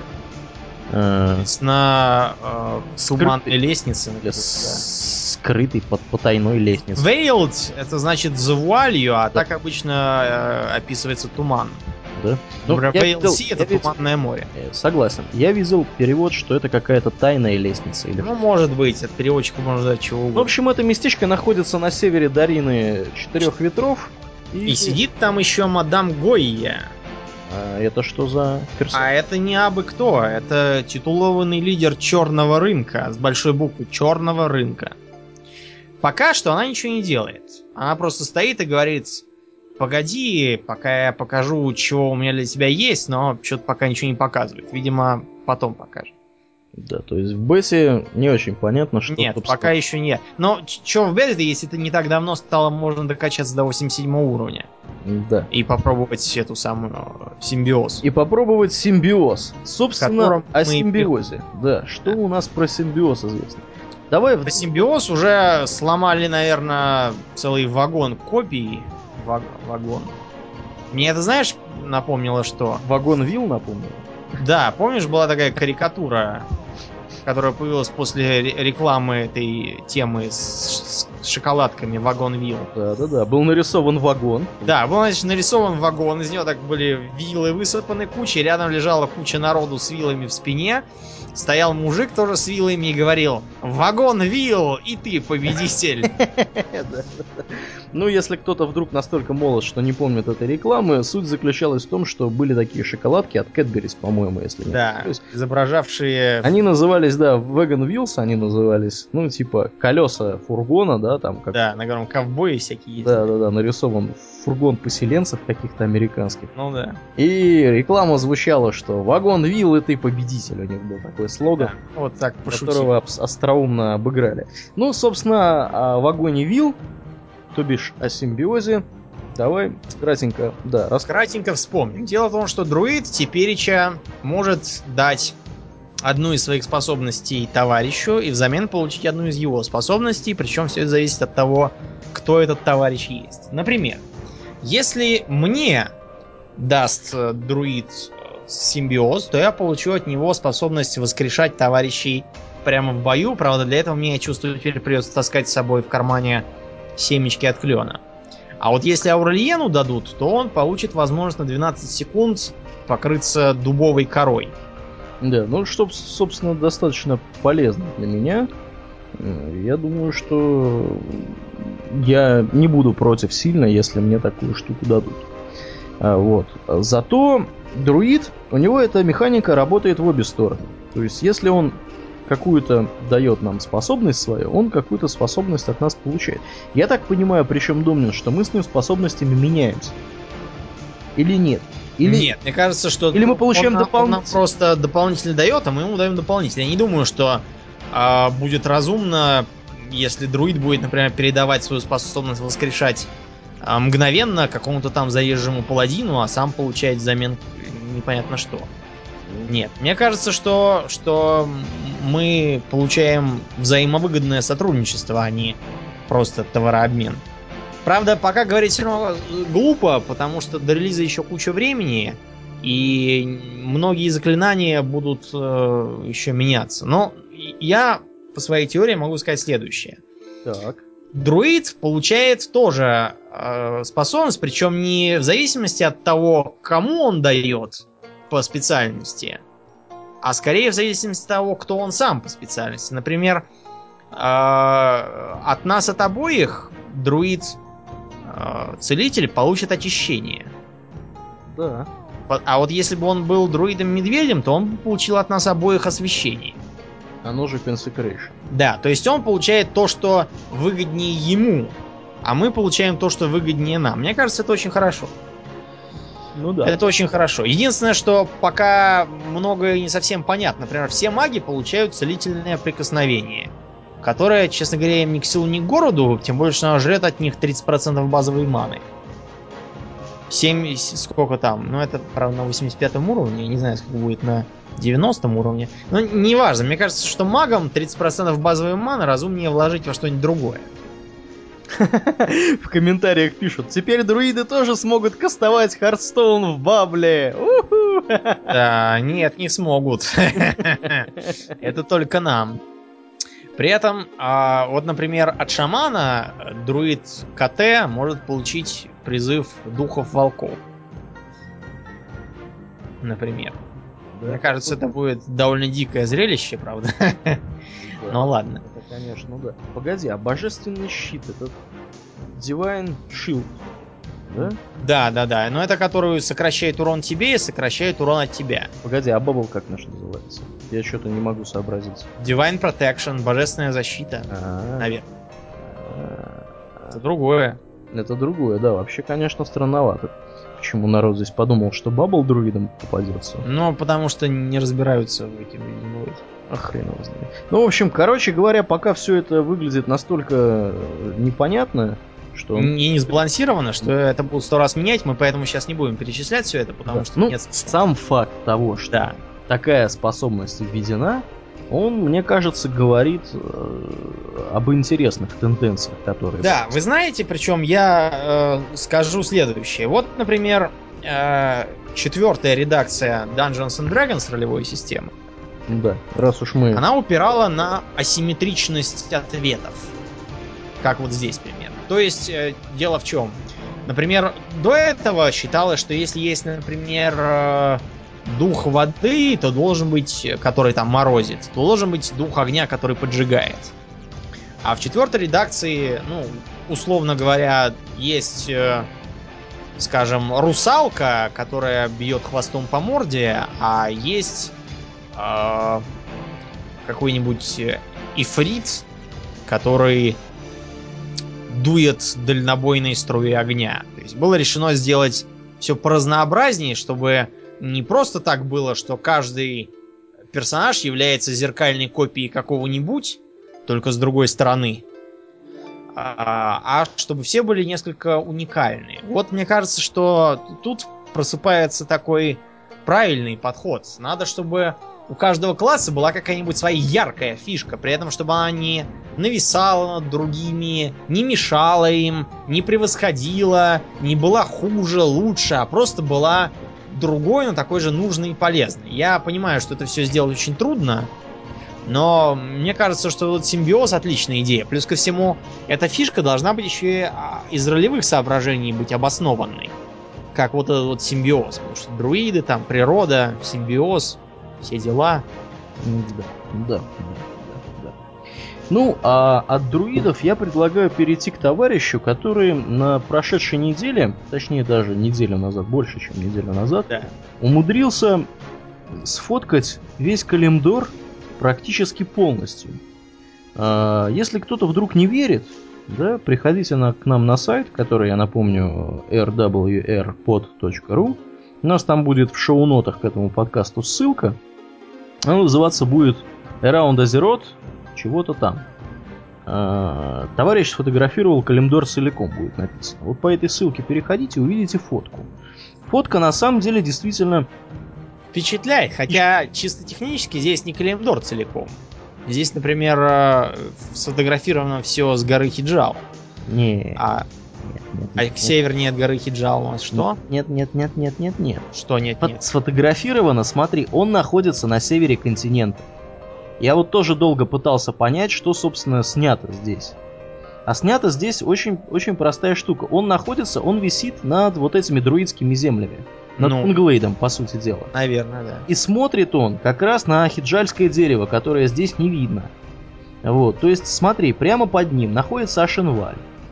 На туманной лестнице. Скрытый под потайной лестницей. Veiled — это значит за вуалью, а так обычно описывается туман. Да? Veiled Sea — это туманное море. Согласен. Я видел перевод, что это какая-то тайная лестница. Или может быть, от переводчика можно ждать чего угодно. В общем, это местечко находится на севере Дарины Четырех Ветров. И сидит там еще мадам Гойя. А это что за персонаж? А это не абы кто. Это титулованный лидер черного рынка. С большой буквы черного рынка. Пока что она ничего не делает. Она просто стоит и говорит: погоди, пока я покажу, чего у меня для тебя есть, но что-то пока ничего не показывает. Видимо, потом покажет. Да, то есть в бете не очень понятно, что... Нет, пока еще нет. Но что в бете, если это не так давно стало, можно докачаться до 87 уровня. Да. И попробовать эту самую симбиоз. И попробовать симбиоз. Собственно, о симбиозе. Да, что у нас про симбиоз известно? Давай... Про симбиоз уже сломали, наверное, целый вагон копий. Вагон. Мне это, знаешь, напомнило, что... Вагон Вилл напомнил? Да, помнишь, была такая карикатура, которая появилась после рекламы этой темы с шоколадками, вагон Вилл. Да. Был нарисован вагон. Да, был, значит, нарисован вагон, из него так были вилы высыпаны кучей, рядом лежала куча народу с вилами в спине. Стоял мужик тоже с вилами и говорил: вагон вилл, и ты победитель. Ну, если кто-то вдруг настолько молод, что не помнит этой рекламы, суть заключалась в том, что были такие шоколадки от Cadbury's, по-моему, если не да, изображавшие... Они назывались, да, Wagon Wheels, они назывались, ну, типа, колеса фургона, да, там как... Да, на котором ковбои всякие есть. Да, нарисован фургон поселенцев каких-то американских. Ну да. И реклама звучала, что вагон Вилл, и ты победитель. У них был такой слоган, да, вот так пошутил, которого остроумно обыграли. Ну, собственно, о вагоне Вилл, то бишь о симбиозе, давай кратенько, да, кратенько вспомним. Дело в том, что друид тепереча может дать одну из своих способностей товарищу и взамен получить одну из его способностей, причем все это зависит от того, кто этот товарищ есть. Например, если мне даст друид симбиоз, то я получу от него способность воскрешать товарищей прямо в бою. Правда, для этого мне, я чувствую, теперь придется таскать с собой в кармане семечки от клена. А вот если Аурельену дадут, то он получит возможность на 12 секунд покрыться дубовой корой. Да, ну что, собственно, достаточно полезно для меня. Я думаю, что я не буду против сильно, если мне такую штуку дадут. Вот. Зато друид, у него эта механика работает в обе стороны. То есть, если он какую-то дает нам способность свою, он какую-то способность от нас получает. Я так понимаю, причем, Домнин, что мы с ним способностями меняемся. Или нет? Нет, мне кажется, что или мы получаем он нам просто дополнительно дает, а мы ему даем дополнительно. Я не думаю, что будет разумно, если друид будет, например, передавать свою способность воскрешать мгновенно какому-то там заезжему паладину, а сам получает взамен непонятно что. Нет, мне кажется, что мы получаем взаимовыгодное сотрудничество, а не просто товарообмен. Правда, пока говорить все равно глупо, потому что до релиза еще куча времени, и многие заклинания будут еще меняться. Но я по своей теории могу сказать следующее. Так. Друид получает тоже способность, причем не в зависимости от того, кому он дает по специальности, а скорее в зависимости от того, кто он сам по специальности. Например, от нас, от обоих, друид целитель получит очищение. Да. А вот если бы он был друидом-медведем, то он бы получил от нас обоих освещение. Оно же Consecration. Да, то есть он получает то, что выгоднее ему, а мы получаем то, что выгоднее нам. Мне кажется, это очень хорошо. Ну да. Это очень хорошо. Единственное, что пока многое не совсем понятно. Например, все маги получают целительное прикосновение, которое, честно говоря, им ни к селу, ни к городу, тем более, что оно жрет от них 30% базовой маны. 7, сколько там? Ну, это, правда, на 85-м уровне. Я не знаю, сколько будет на 90-м уровне. Но неважно. Мне кажется, что магам 30% базовой маны разумнее вложить во что-нибудь другое. В комментариях пишут: теперь друиды тоже смогут кастовать Хардстоун в бабле. У-ху! Да, нет, не смогут. Это только нам. При этом, вот, например, от шамана друид КТ может получить призыв духов волков. Например. Да. Мне кажется, это будет довольно дикое зрелище, правда. Да. Ну ладно. Это, конечно, да. Погоди, а божественный щит, это Divine Shield, да? Да. Но это которую сокращает урон тебе и сокращает урон от тебя. Погоди, а бабл как наш называется? Я что-то не могу сообразить. Divine Protection, божественная защита. Наверное. Это другое. Это другое, да. Вообще, конечно, странновато. Почему народ здесь подумал, что бабл друидом попадется? Ну, потому что не разбираются в этих видимо. А хрен его знает. Ну, в общем, короче говоря, пока все это выглядит настолько непонятно, что... И не сбалансировано, что это будут 100 раз менять, мы поэтому сейчас не будем перечислять все это, потому что нет смысла. Сам факт того, что такая способность введена, он, мне кажется, говорит об интересных тенденциях, которые... Да, вы знаете, причем я скажу следующее. Вот, например, 4-я редакция Dungeons and Dragons ролевой системы. Да, раз уж мы... Она упирала на асимметричность ответов. Как вот здесь примерно. То есть, дело в чем? Например, до этого считалось, что если есть, например, дух воды, то должен быть, который там морозит, то должен быть дух огня, который поджигает. А в 4-й редакции, ну, условно говоря, есть, скажем, русалка, которая бьет хвостом по морде, а есть какой-нибудь ифрит, который дует дальнобойной струей огня. То есть было решено сделать все поразнообразнее, чтобы не просто так было, что каждый персонаж является зеркальной копией какого-нибудь, только с другой стороны, а чтобы все были несколько уникальны. Вот мне кажется, что тут просыпается такой правильный подход. Надо, чтобы у каждого класса была какая-нибудь своя яркая фишка, при этом, чтобы она не нависала над другими, не мешала им, не превосходила, не была хуже, лучше, а просто была другой, но такой же нужной и полезной. Я понимаю, что это все сделать очень трудно, но мне кажется, что вот симбиоз отличная идея. Плюс ко всему, эта фишка должна быть еще и из ролевых соображений быть обоснованной. Как вот этот вот симбиоз. Потому что друиды, там, природа, симбиоз, все дела. Да. Ну, а от друидов я предлагаю перейти к товарищу, который на прошедшей неделе, точнее даже неделю назад, больше, чем неделю назад, умудрился сфоткать весь Калимдор практически полностью. Если кто-то вдруг не верит, да, приходите к нам на сайт, который, я напомню, rwrpod.ru. У нас там будет в шоу-нотах к этому подкасту ссылка. Она называться будет Around Azeroth, чего-то там. Товарищ сфотографировал Калимдор целиком, будет написано. Вот по этой ссылке переходите, увидите фотку. Фотка на самом деле действительно впечатляет, хотя чисто технически здесь не Калимдор целиком. Здесь, например, сфотографировано все с горы Хиджал. Нет. Нет. Севернее от горы Хиджал у нас что? Нет. Что нет? Сфотографировано, смотри, он находится на севере континента. Я вот тоже долго пытался понять, что, собственно, снято здесь. А снято здесь очень, очень простая штука. Он висит над вот этими друидскими землями. Над Кунглейдом, по сути дела. Наверное, да. И смотрит он как раз на хиджальское дерево, которое здесь не видно. Вот, то есть, смотри, прямо под ним находится Ашенваль.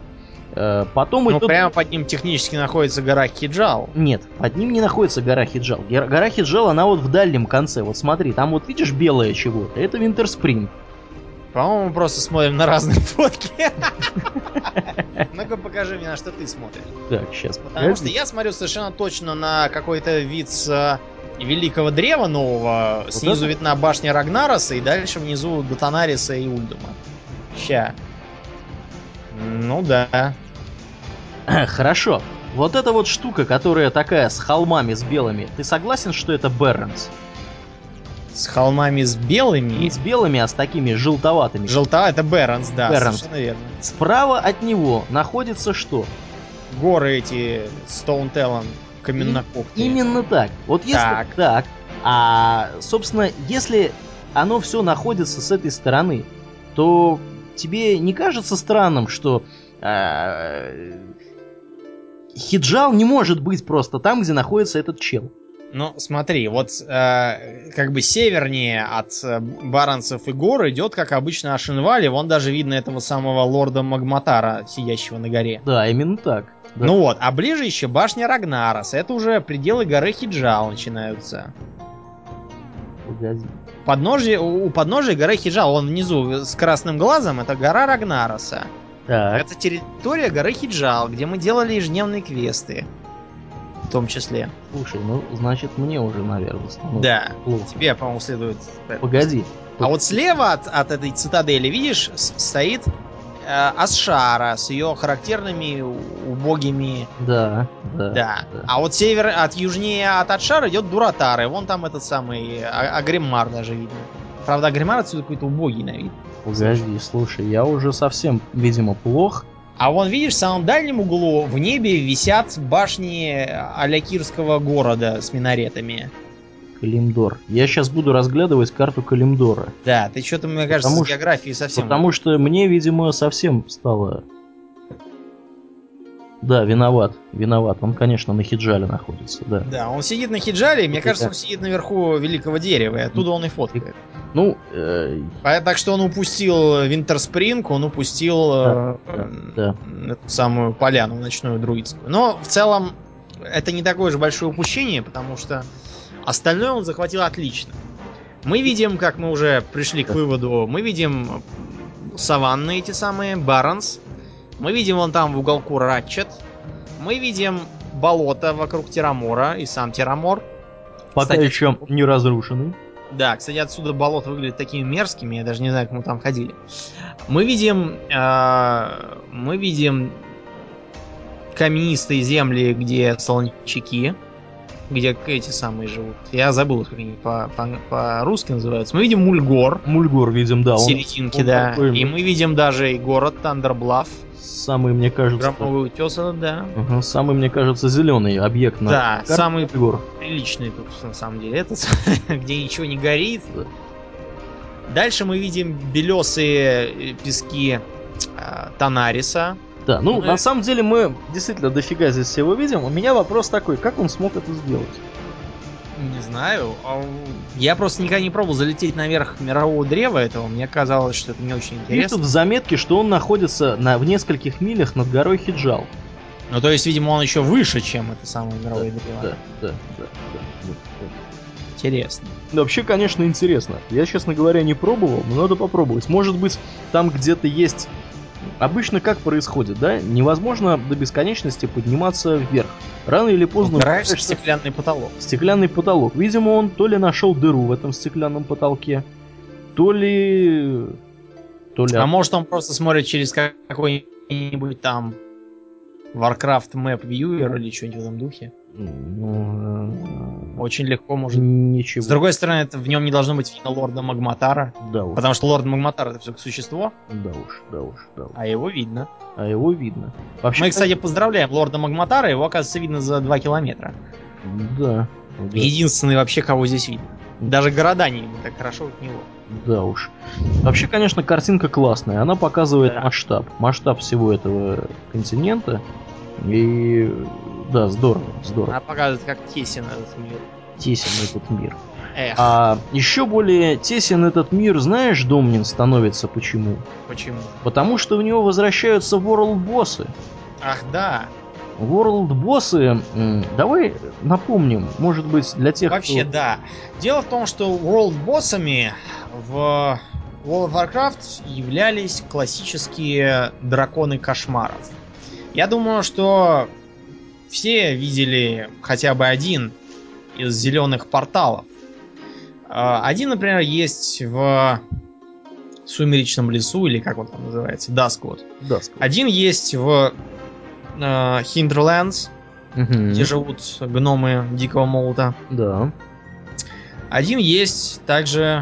Потом Ну, идет... прямо под ним технически находится гора Хиджал. Нет, под ним не находится гора Хиджал. Гора Хиджал, она вот в дальнем конце. Вот смотри, там вот видишь белое чего-то? Это Винтерспринг. По-моему, мы просто смотрим на разные фотки. Ну-ка покажи мне, на что ты смотришь. Так, сейчас. Потому что я смотрю совершенно точно на какой-то вид с Великого Древа нового. Вот Снизу это? видна башня Рагнароса, и дальше внизу Дотанариса и Ульдума. Ща. Ну да. Хорошо. Вот эта вот штука, которая такая с холмами, с белыми, ты согласен, что это Берренс? С холмами с белыми. Не с белыми, а с такими желтоватыми. Желтова, это Бернс, да, Бернс. совершенно верно. Справа от него находится что? Горы эти Стоунтеллан, каменнокопные. Именно так. Вот если так, собственно, если оно все находится с этой стороны, то тебе не кажется странным, что Хиджал не может быть просто там, где находится этот чел? Ну, смотри, вот как бы севернее от Баранцев и гор идет, как обычно, Ашенвали. Вон даже видно этого самого лорда Магматара, сидящего на горе. Да, именно так. Да. Ну вот, а ближе еще башня Рагнарос. Это уже пределы горы Хиджал начинаются. Погоди. У подножия горы Хиджал, вон внизу с красным глазом, это гора Рагнароса. Так. Это территория горы Хиджал, где мы делали ежедневные квесты. В том числе. Слушай, ну, значит, мне уже, наверное, становится Да, плохо. тебе, по-моему, следует... Погоди. А вот слева от этой цитадели, видишь, стоит Асшара с ее характерными убогими... Да. А вот от южнее от Асшара идет Дуратар, и вон там этот самый Агримар даже видно. Правда, Агримар отсюда какой-то убогий на вид. Погоди, слушай, я уже совсем, видимо, плох. А вон, видишь, в самом дальнем углу в небе висят башни Алякирского города с минаретами. Калимдор. Я сейчас буду разглядывать карту Калимдора. Да, ты что-то, мне кажется, с географией совсем... Потому что мне, видимо, совсем стало... Да, виноват. Он, конечно, на Хиджале находится, да. Да, он сидит на Хиджале, и мне кажется, он сидит наверху Великого Дерева, и оттуда он и фоткает. Ну, так что он упустил Винтерспринг, он упустил эту самую поляну ночную друидскую. Но в целом это не такое же большое упущение, потому что остальное он захватил отлично. Мы видим, как мы уже пришли к выводу, мы видим саванны эти самые, Баронс. Мы видим вон там в уголку Ратчет. Мы видим болото вокруг Терамора и сам Терамор. Пока еще не разрушенный. Да, кстати, отсюда болото выглядит такими мерзкими, я даже не знаю, как мы там ходили. Мы видим каменистые земли, где солончаки, где эти самые живут. Я забыл, как они по-русски называются. Мы видим Мульгор. Мульгор видим, да. В серединке, да. И мы видим даже и город Тандерблаф. Самый, мне кажется... Громовый утес, да. Самый, мне кажется, зеленый объект на да, карте. Самый гор. Приличный тут, на самом деле, этот, где ничего не горит. Дальше мы видим белесые пески Танариса. Да, ну, на самом деле мы действительно дофига здесь всего видим. У меня вопрос такой, как он смог это сделать? Не знаю. Я просто никогда не пробовал залететь наверх мирового древа этого. Мне казалось, что это не очень интересно. Пишут в заметке, что он находится в нескольких милях над горой Хиджал. Ну, то есть, видимо, он еще выше, чем это самое мировое древо. Да. Интересно. Да, вообще, конечно, интересно. Я, честно говоря, не пробовал, но надо попробовать. Может быть, там где-то есть... Обычно как происходит, да? Невозможно до бесконечности подниматься вверх. Рано или поздно... Упираешься в стеклянный потолок. Стеклянный потолок. Видимо, он то ли нашел дыру в этом стеклянном потолке, то ли... А может, он просто смотрит через какой-нибудь там Warcraft Map Viewer или что-нибудь в этом духе. Очень легко может. Ничего. С другой стороны, это в нем не должно быть видно лорда Магматара. Да уж. Потому что лорд Магматар это все существо. Да уж. А его видно. Вообще, мы, кстати, поздравляем лорда Магматара. Его, оказывается, видно за 2 километра. Да. Единственный вообще, кого здесь видно. Даже города не видно так хорошо от него. Да уж. Вообще, конечно, картинка классная. Она показывает масштаб. Масштаб всего этого континента. И... Да, здорово. Она показывает, как тесен этот мир. Тесен этот мир. Эх. А еще более тесен этот мир, знаешь, Домнин, становится почему? Почему? Потому что в него возвращаются World-боссы. Ах, да. World-боссы, давай напомним, может быть, для тех, Вообще, кто... да. Дело в том, что World-боссами в World of Warcraft являлись классические драконы кошмаров. Я думаю, что все видели хотя бы один из зеленых порталов. Один, например, есть в Сумеречном лесу, или как он там называется, Duskwood. Один есть в Hinterlands, где живут гномы Дикого Молота. Да. Один есть также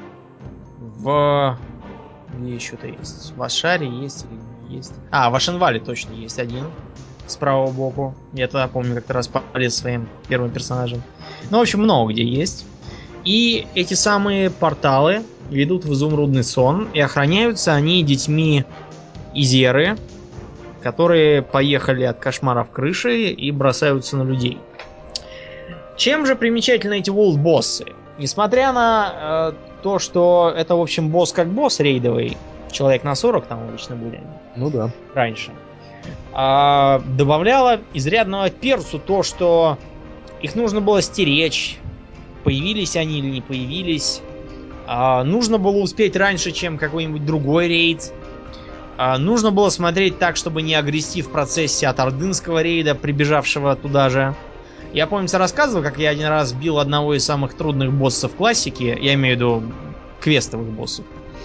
в... Где еще-то есть? В Ашаре есть или не есть? В Ашенвале точно есть один. С правого боку. Я тогда помню, как-то раз полез своим первым персонажем. Ну, в общем, много где есть. И эти самые порталы ведут в изумрудный сон. И охраняются они детьми Изеры, которые поехали от кошмаров крыши и бросаются на людей. Чем же примечательны эти волд-боссы? Несмотря на то, что это, в общем, босс как босс рейдовый, человек на 40 там обычно были они. Ну да. Раньше. Добавляло изрядного перцу то, что их нужно было стеречь. Появились они или не появились. Нужно было успеть раньше, чем какой-нибудь другой рейд. Нужно было смотреть так, чтобы не огрести в процессе от ордынского рейда, прибежавшего туда же. Я, помнится, рассказывал, как я один раз бил одного из самых трудных боссов классики. Я имею в виду квестовых боссов.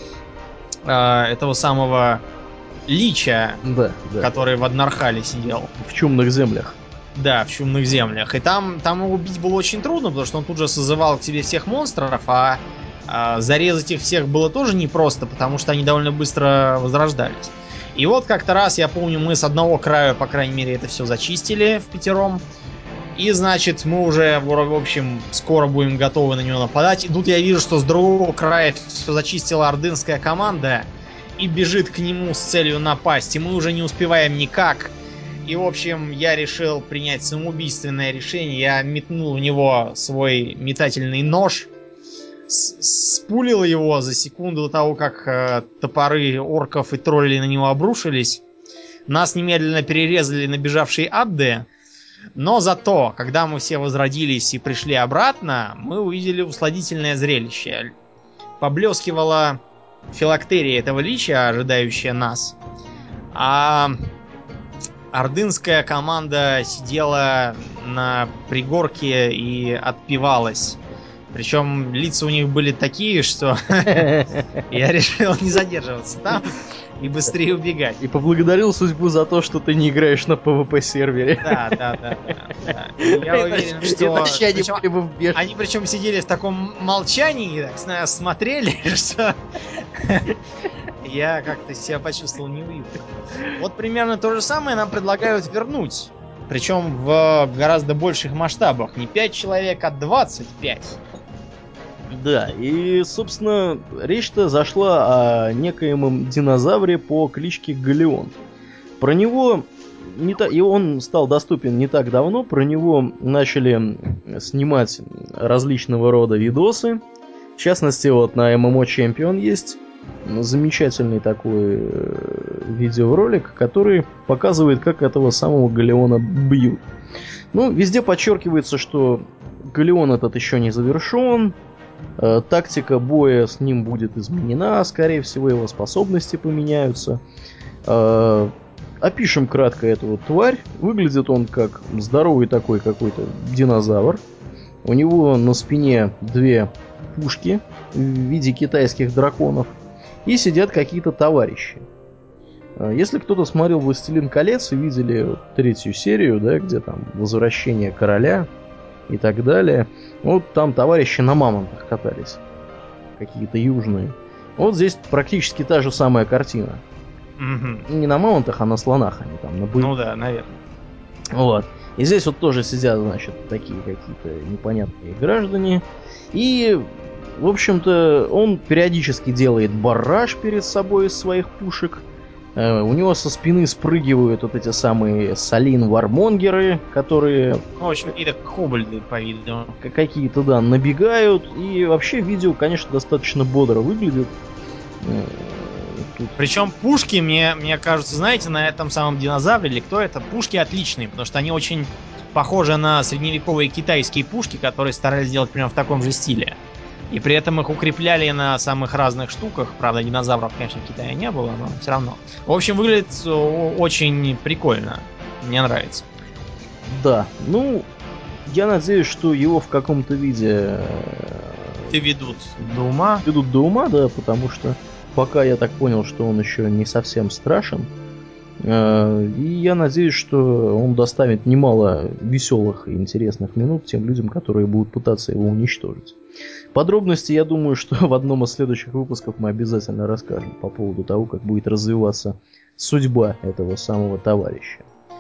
Этого самого Лича, Да. который в Аднархале сидел. В чумных землях. Да, в чумных землях. И там его бить было очень трудно, потому что он тут же созывал к себе всех монстров, а зарезать их всех было тоже непросто, потому что они довольно быстро возрождались. И вот как-то раз, я помню, мы с одного края, по крайней мере, это все зачистили впятером. И, значит, мы уже, в общем, скоро будем готовы на него нападать. И тут я вижу, что с другого края все зачистила ордынская команда и бежит к нему с целью напасть. И мы уже не успеваем никак. И, в общем, я решил принять самоубийственное решение. Я метнул в него свой метательный нож, спулил его за секунду до того, как топоры орков и троллей на него обрушились. Нас немедленно перерезали набежавшие адды. Но зато, когда мы все возродились и пришли обратно, мы увидели усладительное зрелище. Поблескивала филактерия этого лича, ожидающая нас. А ордынская команда сидела на пригорке и отпивалась. Причем лица у них были такие, что я решил не задерживаться там и быстрее убегать. И поблагодарил судьбу за то, что ты не играешь на PvP-сервере. Да. Я уверен, что... Иначе они были бы в бешенстве. Они причем сидели в таком молчании, так нас смотрели, что... Я как-то себя почувствовал неуютно. Вот примерно то же самое нам предлагают вернуть. Причем в гораздо больших масштабах. Не 5 человек, а 25. Да, и, собственно, речь-то зашла о некоемом динозавре по кличке Галеон. Про него и он стал доступен не так давно, про него начали снимать различного рода видосы. В частности, вот на MMO Champion есть замечательный такой видеоролик, который показывает, как этого самого Галеона бьют. Ну, везде подчеркивается, что Галеон этот еще не завершен. Тактика боя с ним будет изменена, скорее всего, его способности поменяются. Опишем кратко эту вот тварь. Выглядит он как здоровый такой какой-то динозавр. У него на спине 2 пушки в виде китайских драконов. И сидят какие-то товарищи. Если кто-то смотрел «Властелин колец» и видели 3-ю серию, да, где там возвращение короля и так далее, вот там товарищи на мамонтах катались. Какие-то южные. Вот здесь практически та же самая картина. Угу. Не на мамонтах, а на слонах они там, на Ну да, наверное. Вот. И здесь вот тоже сидят, значит, такие какие-то непонятные граждане. И, в общем-то, он периодически делает барраж перед собой из своих пушек. У него со спины спрыгивают вот эти самые Салин-вармонгеры, которые... Ну, в общем, какие-то кобальды, по-видимому. Какие-то, да, набегают. И вообще видео, конечно, достаточно бодро выглядит. Причем пушки, мне кажется, знаете, на этом самом динозавре, или кто это, пушки отличные, потому что они очень похожи на средневековые китайские пушки, которые старались сделать примерно в таком же стиле. И при этом их укрепляли на самых разных штуках. Правда, динозавров, конечно, в Китае не было, но все равно. В общем, выглядит очень прикольно. Мне нравится. Да, ну, я надеюсь, что его в каком-то виде... Доведут до ума. Ведут до ума, да, потому что пока я так понял, что он еще не совсем страшен. И я надеюсь, что он доставит немало веселых и интересных минут тем людям, которые будут пытаться его уничтожить. Подробности, я думаю, что в одном из следующих выпусков мы обязательно расскажем по поводу того, как будет развиваться судьба этого самого товарища.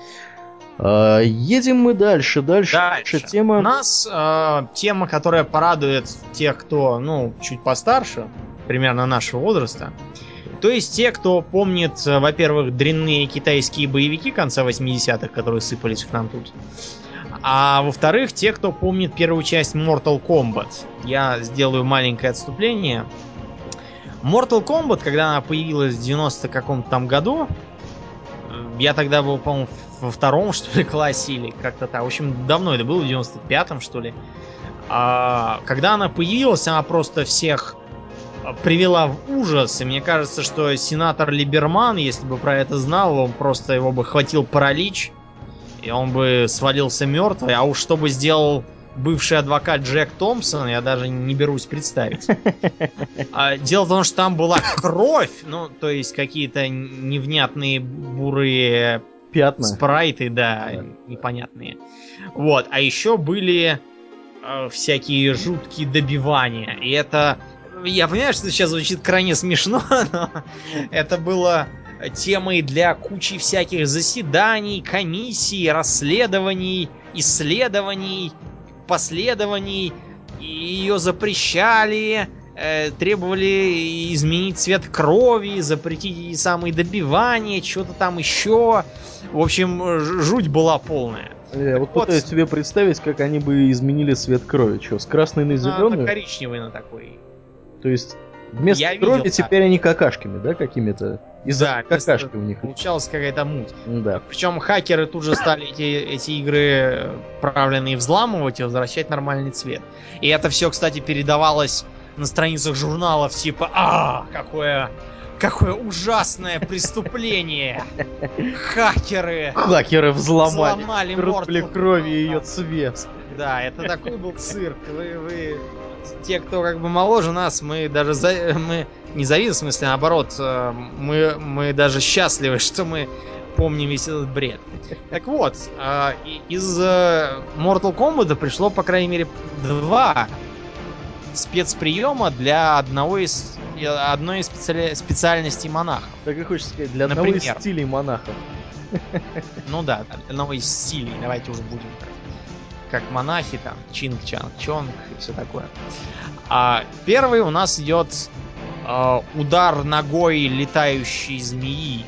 Едем мы дальше. Дальше тема... У нас тема, которая порадует тех, кто, ну, чуть постарше, примерно нашего возраста. То есть те, кто помнит, во-первых, дрянные китайские боевики конца 80-х, которые сыпались к нам тут. А во-вторых, те, кто помнит первую часть Mortal Kombat. Я сделаю маленькое отступление. Mortal Kombat, когда она появилась в 90 каком-то там году, я тогда был, по-моему, во втором, что ли, классе или как-то так. В общем, давно это было, в 95-м, что ли. Когда она появилась, она просто всех привела в ужас. И мне кажется, что сенатор Либерман, если бы про это знал, он просто его бы хватил паралич, и он бы свалился мертвый. А уж что бы сделал бывший адвокат Джек Томпсон, я даже не берусь представить. Дело в том, что там была кровь, ну, то есть какие-то невнятные бурые пятна. Спрайты, да, непонятные. Вот, а еще были всякие жуткие добивания. И это... Я понимаю, что это сейчас звучит крайне смешно, но это было темой для кучи всяких заседаний, комиссий, расследований, исследований, последований. И ее запрещали, требовали изменить цвет крови, запретить эти самые добивания, что-то там еще. В общем, жуть была полная. Вот пытаюсь себе представить, как они бы изменили цвет крови. Что, с красной на зеленую? На коричневый, на такой. То есть вместо крови теперь они какашками, да, какими-то? Да, какашки у них. Получалась какая-то муть. Да. Причем хакеры тут же стали эти игры правленные взламывать и возвращать нормальный цвет. И это все, кстати, передавалось на страницах журналов типа какое ужасное преступление! Хакеры взломали крови и ее цвет. Да, это такой был цирк. Вы те, кто как бы моложе нас, мы даже мы не завидуем, в смысле, наоборот, мы даже счастливы, что мы помним весь этот бред. Так вот, из Mortal Kombat пришло, по крайней мере, 2 спецприема для одной из специальностей монахов. Так и хочется сказать, для одного из стилей монахов. Ну да, для одного из стилей. Давайте уже будем как монахи, там, чинг-чанг-чонг и все такое. Первый у нас идет удар ногой летающей змеи.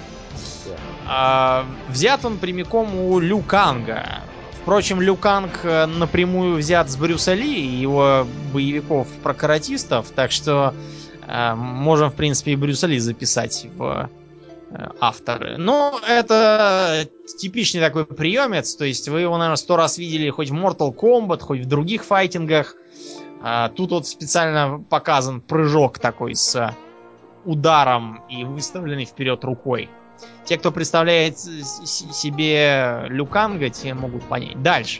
Взят он прямиком у Лю Канга. Впрочем, Лю Канг напрямую взят с Брюса Ли и его боевиков-прокаратистов, так что можем, в принципе, и Брюса Ли записать в авторы. Но это типичный такой приемец, то есть вы его, наверное, 100 раз видели хоть в Mortal Kombat, хоть в других файтингах. Тут вот специально показан прыжок такой с ударом и выставленный вперед рукой. Те, кто представляет себе Лю Канга, те могут понять. Дальше.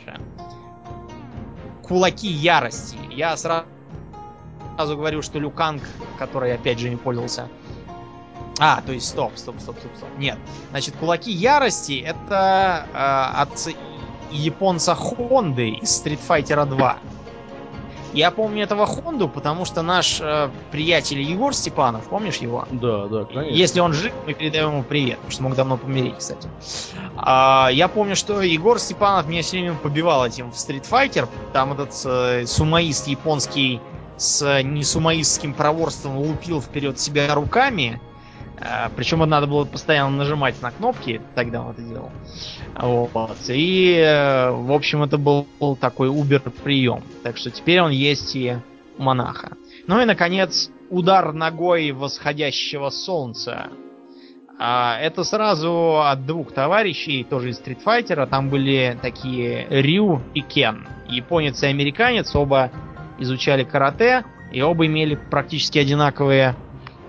Кулаки ярости. Я сразу говорю, что Лю Канг, который опять же не пользовался... то есть стоп. Нет. Значит, кулаки ярости это от японца Хонды из Street Fighter 2. Я помню этого Хонду, потому что наш приятель Егор Степанов, помнишь его? Да, конечно. Если он жив, мы передаем ему привет, потому что мог давно помереть, кстати. Я помню, что Егор Степанов меня все время побивал этим в Street Fighter. Там этот сумоист японский с несумоистским проворством лупил вперед себя руками. Причем надо было постоянно нажимать на кнопки, тогда он это делал. Вот. И, в общем, это был такой убер-прием. Так что теперь он есть и у монаха. Ну и, наконец, удар ногой восходящего солнца. Это сразу от двух товарищей, тоже из Street Fighter. Там были такие Рю и Кен. Японец и американец, оба изучали карате, и оба имели практически одинаковые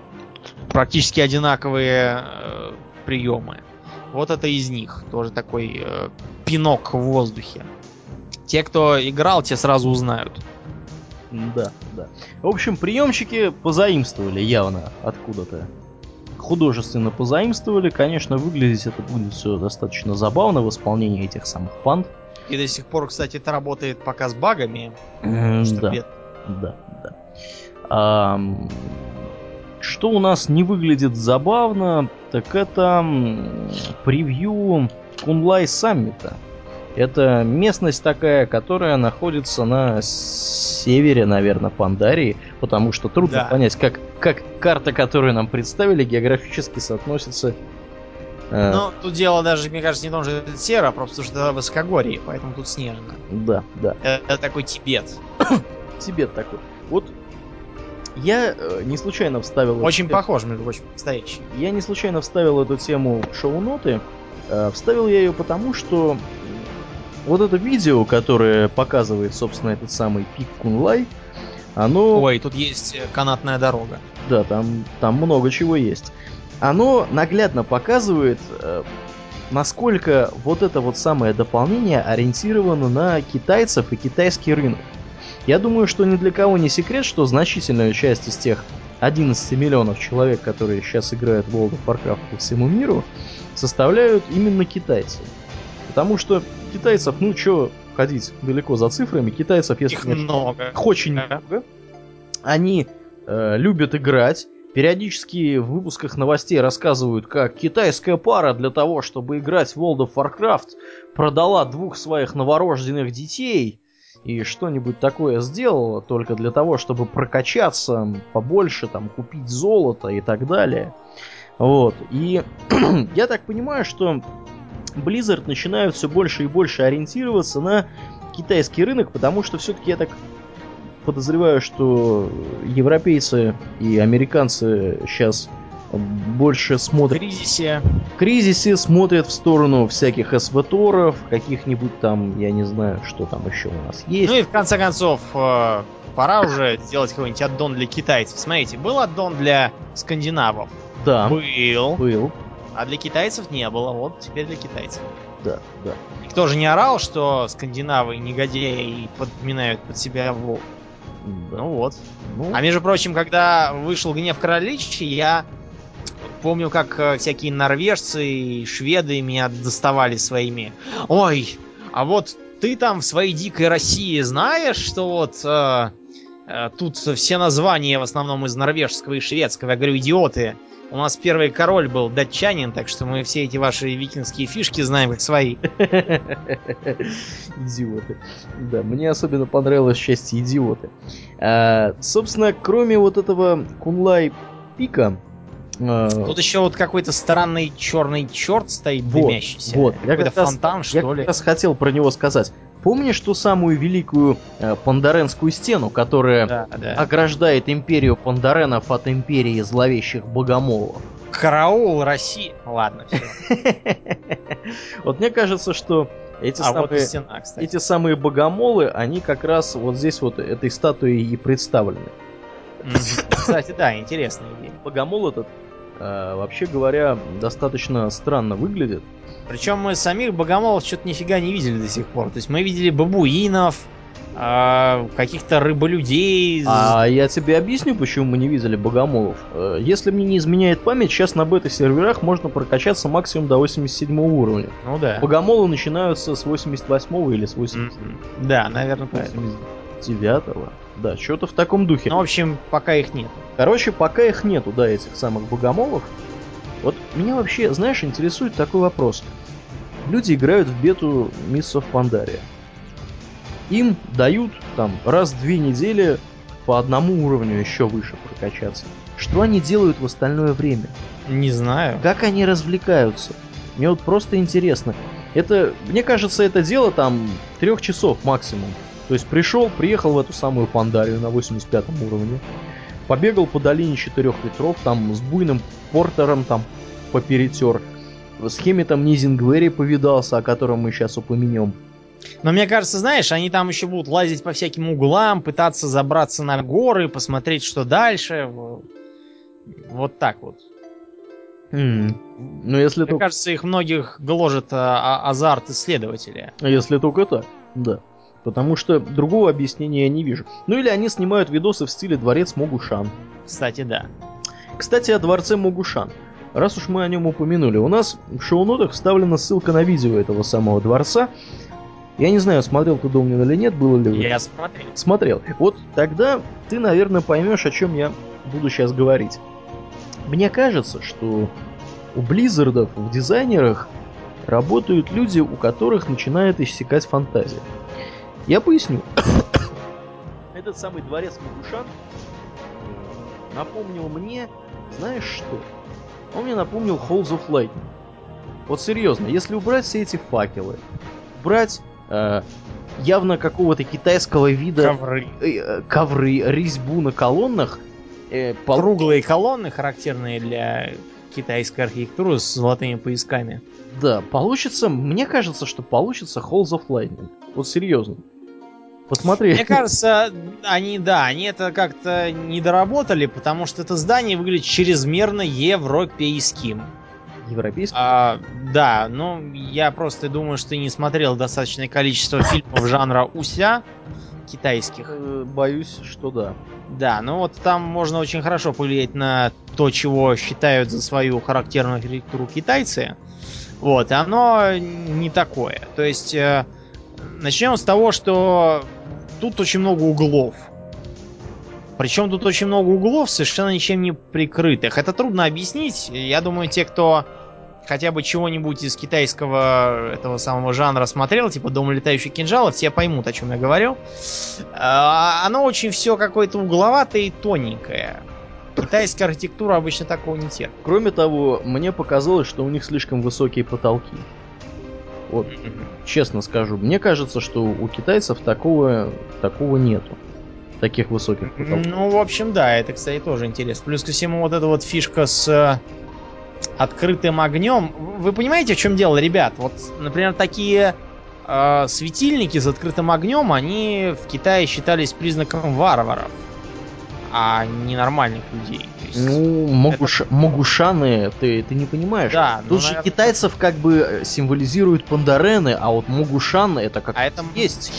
приемы. Вот это из них. Тоже такой пинок в воздухе. Те, кто играл, те сразу узнают. Да, да. В общем, приемчики позаимствовали явно откуда-то. Художественно позаимствовали. Конечно, выглядеть это будет все достаточно забавно в исполнении этих самых панд. И до сих пор, кстати, это работает пока с багами. Да. Что у нас не выглядит забавно, так это превью Кунлай Саммита. Это местность такая, которая находится на севере, наверное, Пандарии, потому что трудно понять, как карта, которую нам представили, географически соотносится. Ну, тут дело даже, мне кажется, не в том, что это северо, а просто что это высокогорье, поэтому тут снежно. Да. Это такой Тибет. Тибет такой. Вот я не случайно вставил... Очень похож, между прочим, настоящий. Я не случайно вставил эту тему в шоу-ноты. Вставил я ее потому, что вот это видео, которое показывает, собственно, этот самый пик Кунлай, оно... Ой, тут есть канатная дорога. Да, там много чего есть. Оно наглядно показывает, насколько вот это вот самое дополнение ориентировано на китайцев и китайский рынок. Я думаю, что ни для кого не секрет, что значительная часть из тех 11 миллионов человек, которые сейчас играют в World of Warcraft по всему миру, составляют именно китайцы. Потому что китайцев, ну чё ходить далеко за цифрами, китайцев, если их много. Их очень много. Они любят играть. Периодически в выпусках новостей рассказывают, как китайская пара для того, чтобы играть в World of Warcraft, продала 2 своих новорожденных детей и что-нибудь такое сделала только для того, чтобы прокачаться побольше, там, купить золото и так далее. Вот. И я так понимаю, что Blizzard начинают все больше и больше ориентироваться на китайский рынок, потому что все-таки я так подозреваю, что европейцы и американцы сейчас больше смотрят... В кризисе смотрят в сторону всяких СВТоров, каких-нибудь там, я не знаю, что там еще у нас есть. Ну и в конце концов, пора уже сделать какой-нибудь аддон для китайцев. Смотрите, был аддон для скандинавов? Да. Был. А для китайцев не было. Вот теперь для китайцев. Да. Никто же не орал, что скандинавы негодяи подминают под себя WoW. Да. Ну вот. А между прочим, когда вышел «Гнев Королевича», я помню, как всякие норвежцы и шведы меня доставали своими. Ой, а вот ты там в своей дикой России знаешь, что вот тут все названия в основном из норвежского и шведского. Я говорю, идиоты. У нас первый король был датчанин, так что мы все эти ваши викингские фишки знаем как свои. Идиоты. Да, мне особенно понравилась часть идиоты. Собственно, кроме вот этого Кунлай пика... Тут еще вот какой-то странный черный черт стоит, дымящийся. Вот. Какой-то фонтан, что ли? Я как раз хотел про него сказать. Помнишь ту самую великую Пандаренскую стену, которая ограждает империю Пандаренов от империи зловещих богомолов? Караул России. Ладно, все. Вот мне кажется, что эти самые богомолы, они как раз вот здесь вот этой статуей и представлены. Кстати, да, интересная идея. Богомол этот, вообще говоря, достаточно странно выглядит. Причем мы самих богомолов что-то нифига не видели до сих пор. То есть мы видели бабуинов, каких-то рыболюдей. А я тебе объясню, почему мы не видели богомолов. Если мне не изменяет память, сейчас на бета-серверах можно прокачаться максимум до 87 уровня. Ну да. Богомолы начинаются с 88 или с 80. Да, наверное, правильно. 9-го. Да, что-то в таком духе. Ну, в общем, пока их нет. Короче, пока их нету, да, этих самых богомолов. Вот меня вообще, знаешь, интересует такой вопрос. Люди играют в бету Mists of Pandaria. Им дают там раз в 2 недели по одному уровню еще выше прокачаться. Что они делают в остальное время? Не знаю. Как они развлекаются? Мне вот просто интересно. Мне кажется, это дело там 3 часов максимум. То есть приехал в эту самую Пандарию на 85 уровне, побегал по долине 4 ветров, там с буйным портером там поперетер, с Хемметом Низингвери повидался, о котором мы сейчас упомянем. Но мне кажется, знаешь, они там еще будут лазить по всяким углам, пытаться забраться на горы, посмотреть, что дальше. Вот так вот. Ну, если Мне кажется, их многих гложет азарт исследователя. Если только так, да. Потому что другого объяснения я не вижу. Ну или они снимают видосы в стиле «Дворец Могушан». Кстати, да. Кстати, о дворце Могушан. Раз уж мы о нем упомянули, у нас в шоу-нотах вставлена ссылка на видео этого самого дворца. Я не знаю, смотрел ты, Домнин, или нет, было ли... Я смотрел. Смотрел. Вот тогда ты, наверное, поймешь, о чем я буду сейчас говорить. Мне кажется, что у Близзардов в дизайнерах работают люди, у которых начинает иссякать фантазия. Я поясню. Этот самый дворец Могушан напомнил мне, знаешь что? Он мне напомнил Halls of Lightning. Вот серьезно, если убрать все эти факелы, убрать явно какого-то китайского вида ковры, резьбу на колоннах, круглые колонны, характерные для китайской архитектуры с золотыми поясками. Да, получится, мне кажется, что получится Halls of Lightning. Вот серьезно. Посмотри. Мне кажется, они это как-то не доработали, потому что это здание выглядит чрезмерно европейским. Европейским? Да, ну я просто думаю, что ты не смотрел достаточное количество фильмов жанра уся китайских. Боюсь, что да. Да, ну вот там можно очень хорошо повлиять на то, чего считают за свою характерную архитектуру китайцы. Вот, и оно не такое. То есть, начнем с того, что тут очень много углов. Причем тут очень много углов, совершенно ничем не прикрытых. Это трудно объяснить. Я думаю, те, кто хотя бы чего-нибудь из китайского этого самого жанра смотрел, типа «Дом летающих кинжалов», все поймут, о чем я говорю. Оно очень все какое-то угловатое и тоненькое. Китайская архитектура обычно такого не терпит. Кроме того, мне показалось, что у них слишком высокие потолки. Вот, честно скажу, мне кажется, что у китайцев такого нету. Таких высоких потолков. Ну, в общем, да, это, кстати, тоже интересно. Плюс ко всему, вот эта вот фишка с открытым огнем. Вы понимаете, в чем дело, ребят? Вот, например, такие светильники с открытым огнем, они в Китае считались признаком варваров, а не нормальных людей. То есть ну, Могушаны, ты не понимаешь. Да, тут же наверное, китайцев как бы символизируют пандарены, а вот Могушан это как это есть.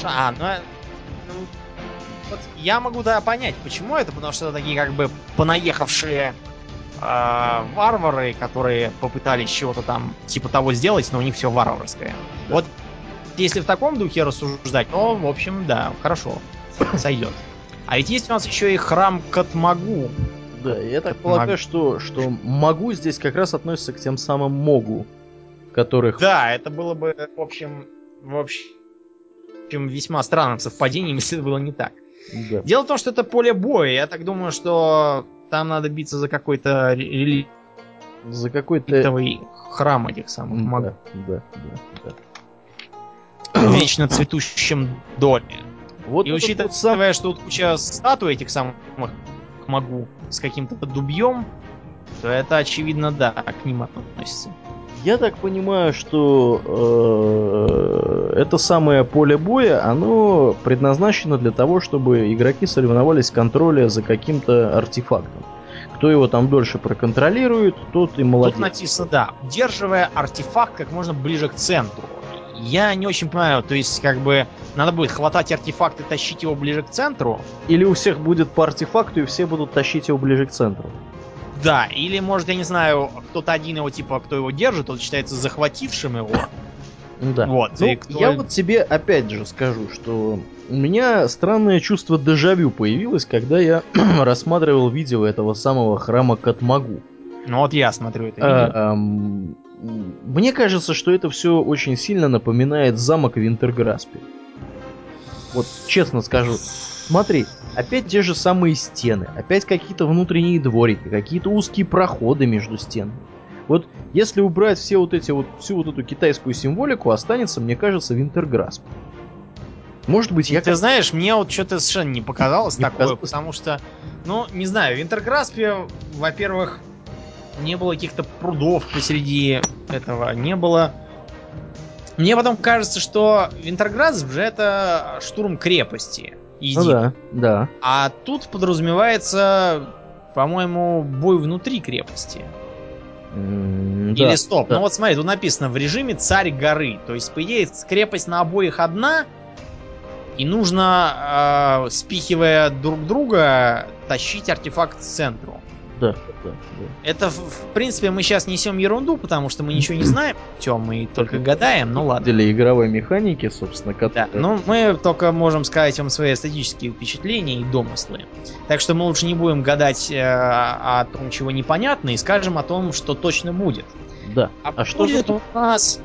Вот я могу да понять, почему это, потому что это такие как бы понаехавшие варвары, которые попытались чего-то там типа того сделать, но у них все варварское. Да. Вот если в таком духе рассуждать, то, в общем, да, хорошо, сойдет. А ведь есть у нас еще и храм Катмагу. Да, я так полагаю, что Магу здесь как раз относится к тем самым Могу, которых... Да, это было бы, в общем, весьма странным совпадением, если это было не так. Да. Дело в том, что это поле боя. Я так думаю, что там надо биться за какой-то за какой-то храм этих самых магов. Да. В вечно цветущем доме. Вот и учитывая, что тут куча статуй этих самых магу с каким-то дубьем, то это, очевидно, да, к ним относится. Я так понимаю, что это самое поле боя, оно предназначено для того, чтобы игроки соревновались в контроле за каким-то артефактом. Кто его там дольше проконтролирует, тот и молодец. Тут написано, да, удерживая артефакт как можно ближе к центру. Я не очень понимаю, то есть как бы надо будет хватать артефакт и тащить его ближе к центру? Или у всех будет по артефакту и все будут тащить его ближе к центру? Да, или, может, я не знаю, кто-то один его, типа, кто его держит, он считается захватившим его. Да. Вот, ну, я вот тебе опять же скажу, что у меня странное чувство дежавю появилось, когда я рассматривал видео этого самого храма Катмагу. Ну вот я смотрю это видео. Мне кажется, что это все очень сильно напоминает замок в Винтерграспе. Вот честно скажу. Смотри, опять те же самые стены, опять какие-то внутренние дворики, какие-то узкие проходы между стенами. Вот если убрать всю вот эту китайскую символику, останется, мне кажется, Винтерграсп. Может быть, Ты знаешь, мне вот что-то совершенно не показалось не такое, показалось? потому что, ну, не знаю, в Винтерграспе, во-первых, не было каких-то прудов посреди этого, не было. Мне потом кажется, что Винтерграсп же это штурм крепости. Ну да, да. А тут подразумевается, по-моему, бой внутри крепости. Или Да, стоп. да. Ну вот смотри, тут написано в режиме царь горы. То есть, по идее, крепость на обоих одна. И нужно, спихивая друг друга, тащить артефакт к центру. Да. Это, в принципе, мы сейчас несем ерунду, потому что мы ничего не знаем. Тем мы только гадаем, ну ладно. Для игровой механики, собственно, Да, ну мы только можем сказать вам свои эстетические впечатления и домыслы. Так что мы лучше не будем гадать о том, чего непонятно, и скажем о том, что точно будет. Да. А что будет у нас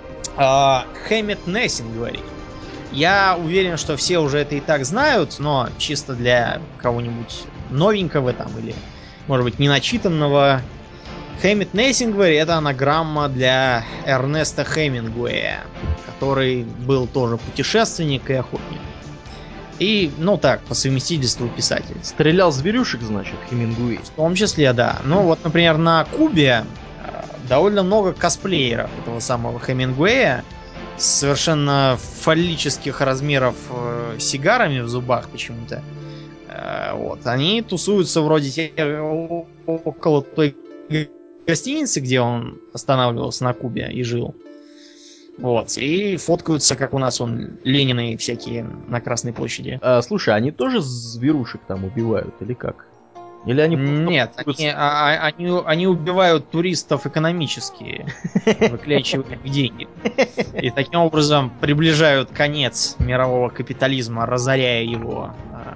Хэммет Нессинг говорит. Я уверен, что все уже это и так знают, но чисто для кого-нибудь новенького там или, может быть, неначитанного. Хэммет Нессингвей — это анаграмма для Эрнеста Хемингуэя, который был тоже путешественник и охотник. И, ну так, по совместительству писатель. Стрелял зверюшек, значит, Хемингуэй. В том числе, да. Ну вот, например, на Кубе довольно много косплееров этого самого Хемингуэя с совершенно фаллических размеров сигарами в зубах почему-то. Вот. Они тусуются вроде около той гостиницы, где он останавливался на Кубе и жил. Вот. И фоткаются, как у нас он Ленины всякие на Красной площади. Слушай, они тоже зверушек там убивают или как? Или они Нет, они убивают туристов экономически, выклячивая их деньги. И таким образом приближают конец мирового капитализма, разоряя его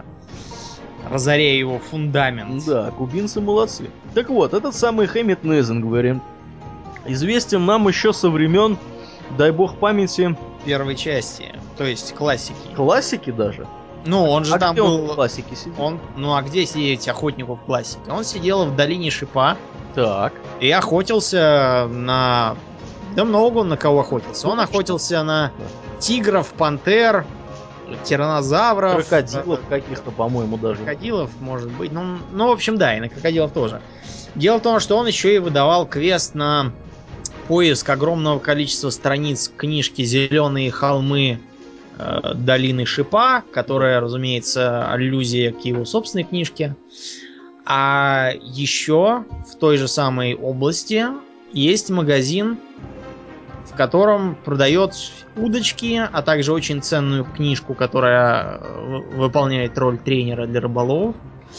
фундамент. Да, кубинцы молодцы. Так вот, этот самый Хэммет Нессингвей известен нам еще со времен, дай бог памяти, первой части, то есть классики. Классики даже? Ну, он же там где был... он в классике сидел? Ну, а где сидеть охотнику в классике? Он сидел в долине Шипа. Так. И охотился на... Да много он на кого охотился. Он охотился на тигров, пантер, тираннозавров. Крокодилов каких-то, по-моему, даже. Крокодилов, может быть. Ну, в общем, да, и на крокодилов тоже. Дело в том, что он еще и выдавал квест на поиск огромного количества страниц книжки «Зеленые холмы долины Шипа», которая, разумеется, аллюзия к его собственной книжке. А еще в той же самой области есть магазин, в котором продает удочки, а также очень ценную книжку, которая выполняет роль тренера для рыболовов.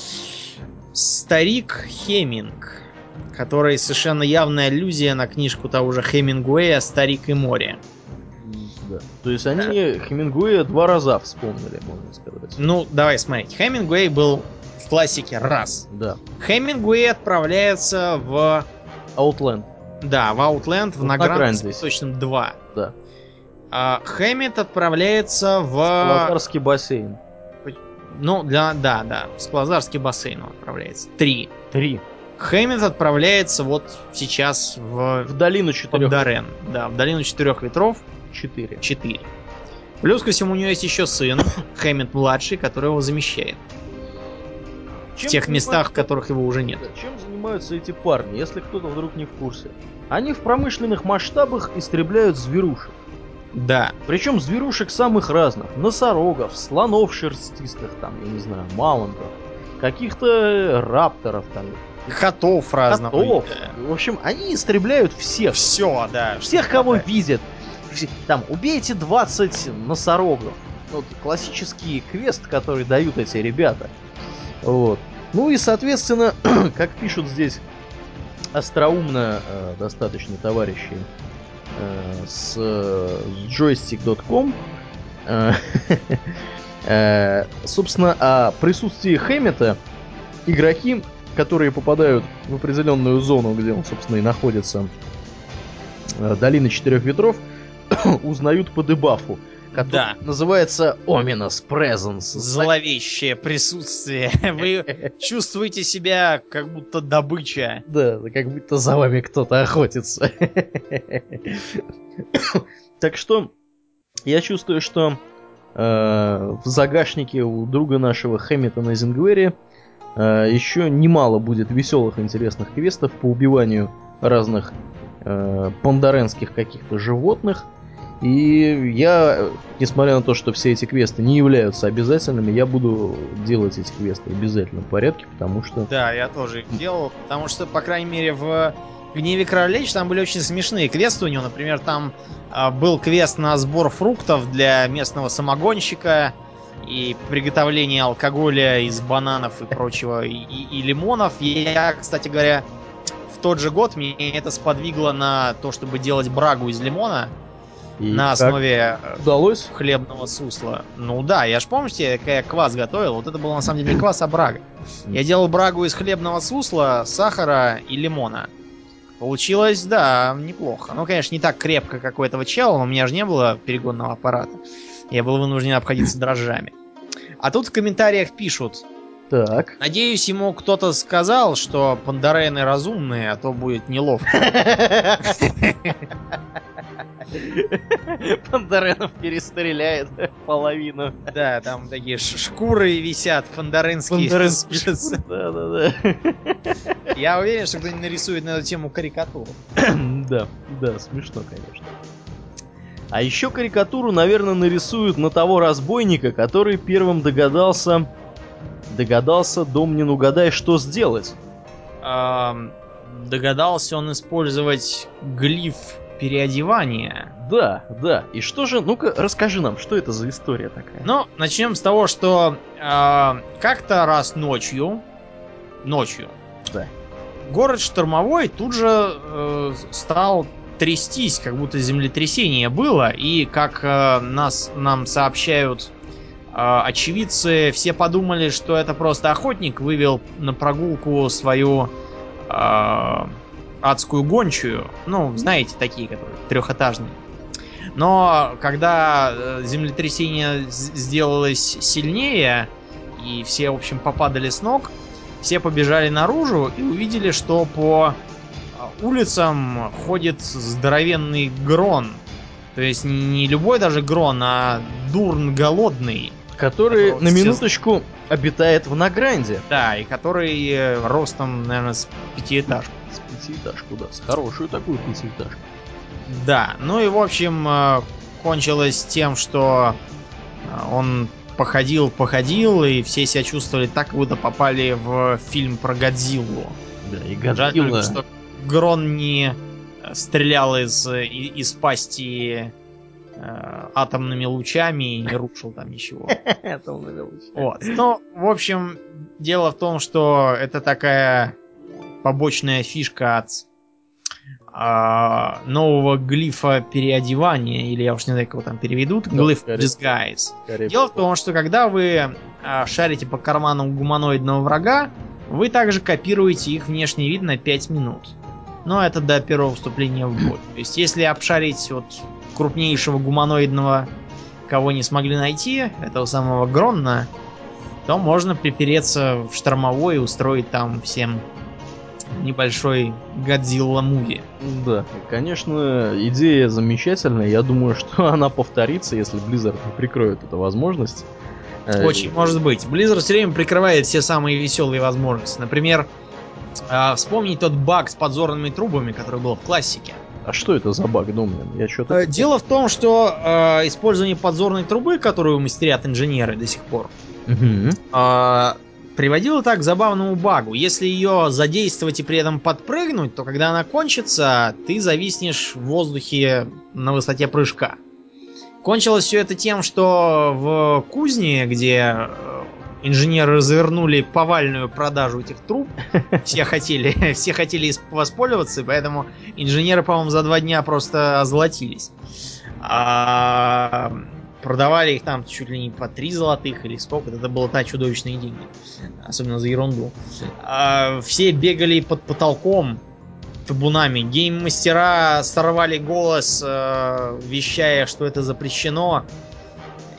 Старик Хеминг, который совершенно явная аллюзия на книжку того же Хемингуэя «Старик и море». Да. То есть они Хемингуэя 2 раза вспомнили, можно сказать. Ну, давай смотреть. Хемингуэй был в классике раз. Да. Хемингуэй отправляется в... Outland. Да, в Outland, в Наград Цветочном 2. Да. А Хэммет отправляется в... Скалозарский бассейн. Ну, да. В Скалозарский бассейн он отправляется. 3. Хэммет отправляется вот сейчас в долину 4 Дарен. Да, в долину 4 ветров. 4. Плюс ко всему у него есть еще сын, Хэммет младший, который его замещает. В тех местах, в которых его уже нет. Чем занимаются эти парни, если кто-то вдруг не в курсе? Они в промышленных масштабах истребляют зверушек. Да. Причем зверушек самых разных. Носорогов, слонов шерстистых, там, я не знаю, мамонтов, каких-то рапторов там. Котов разных. В общем, они истребляют всех. Все, да. Всех, кого видят. Там, убейте 20 носорогов. Вот, классический квест, который дают эти ребята. Вот. Ну и, соответственно, как пишут здесь остроумно достаточно товарищи с joystick.com, собственно, о присутствии Хэммета игроки, которые попадают в определенную зону, где он, собственно, и находится, долины 4 ветров, узнают по дебафу. который называется Ominous Presence. Зловещее присутствие. Вы чувствуете себя как будто добыча. Да, как будто за вами кто-то охотится. Так что я чувствую, что в загашнике у друга нашего Хэмитона Зингвери еще немало будет веселых, интересных квестов по убиванию разных пандаренских каких-то животных. И я, несмотря на то, что все эти квесты не являются обязательными, я буду делать эти квесты в обязательном порядке, потому что... Да, я тоже их делал, потому что, по крайней мере, в «Гневе Королевич» там были очень смешные квесты у него. Например, там был квест на сбор фруктов для местного самогонщика и приготовление алкоголя из бананов и прочего, и лимонов. И я, кстати говоря, в тот же год меня это сподвигло на то, чтобы делать брагу из лимона. И на основе удалось? Хлебного сусла. Ну да, я ж помните, как я квас готовил. Вот это был на самом деле не квас, а брага. Я делал брагу из хлебного сусла, сахара и лимона. Получилось, да, неплохо. Ну, конечно, не так крепко, как у этого чела, но у меня же не было перегонного аппарата. Я был вынужден обходиться дрожжами. А тут в комментариях пишут: так. Надеюсь, ему кто-то сказал, что пандарены разумные, а то будет неловко. Пандаренов перестреляет половину. Да, там такие шкуры висят, пандаренские. Да. Я уверен, что кто-нибудь нарисует на эту тему карикатуру. Да, смешно, конечно. А еще карикатуру, наверное, нарисуют на того разбойника, который первым догадался, Домнин, угадай, что сделать. Догадался он использовать глиф переодевания. Да. И что же, ну-ка, расскажи нам, что это за история такая? Ну, начнем с того, что как-то раз ночью, да, город Штормовой тут же стал трястись, как будто землетрясение было, и как нам сообщают очевидцы, все подумали, что это просто охотник вывел на прогулку свою адскую гончую. Ну, знаете, такие, которые трехэтажные. Но когда землетрясение сделалось сильнее, и все, в общем, попадали с ног, все побежали наружу и увидели, что по улицам ходит здоровенный грон. То есть не любой даже грон, а дурн голодный. Который, на минуточку, обитает в Награнде. Да, и который ростом, наверное, с пятиэтажку. С пятиэтажку, да, с хорошую такую пятиэтажку. Да, ну и, в общем, кончилось тем, что он походил, и все себя чувствовали так, будто попали в фильм про Годзиллу. Да, и Годзилла... Жаль только, что Грон не стрелял из пасти атомными лучами и не рушил там ничего. Атомными лучами. Вот. Ну, в общем, дело в том, что это такая побочная фишка от нового глифа переодевания, или я уж не знаю, как его там переведут, глиф disguise. Дело в том, что когда вы шарите по карманам гуманоидного врага, вы также копируете их внешний вид на 5 минут. Но это до первого вступления в бой. То есть, если обшарить вот крупнейшего гуманоидного, кого не смогли найти, этого самого Гронна, то можно припереться в Штормовой и устроить там всем небольшой Годзилла-муви. Да, конечно, идея замечательная. Я думаю, что она повторится, если Blizzard не прикроет эту возможность. Очень может быть. Blizzard все время прикрывает все самые веселые возможности. Например, вспомнить тот баг с подзорными трубами, который был в классике. А что это за баг, Домнин? Я что-то... Дело в том, что использование подзорной трубы, которую мастерят инженеры до сих пор, приводило так к забавному багу. Если ее задействовать и при этом подпрыгнуть, то когда она кончится, ты зависнешь в воздухе на высоте прыжка. Кончилось все это тем, что в кузне, где инженеры развернули повальную продажу этих труб, все хотели воспользоваться, поэтому инженеры, по-моему, за 2 дня просто озолотились. Продавали их там чуть ли не по 3 золотых или сколько. Это было чудовищные деньги. Особенно за ерунду. Все бегали под потолком табунами. Гейм-мастера сорвали голос, вещая, что это запрещено.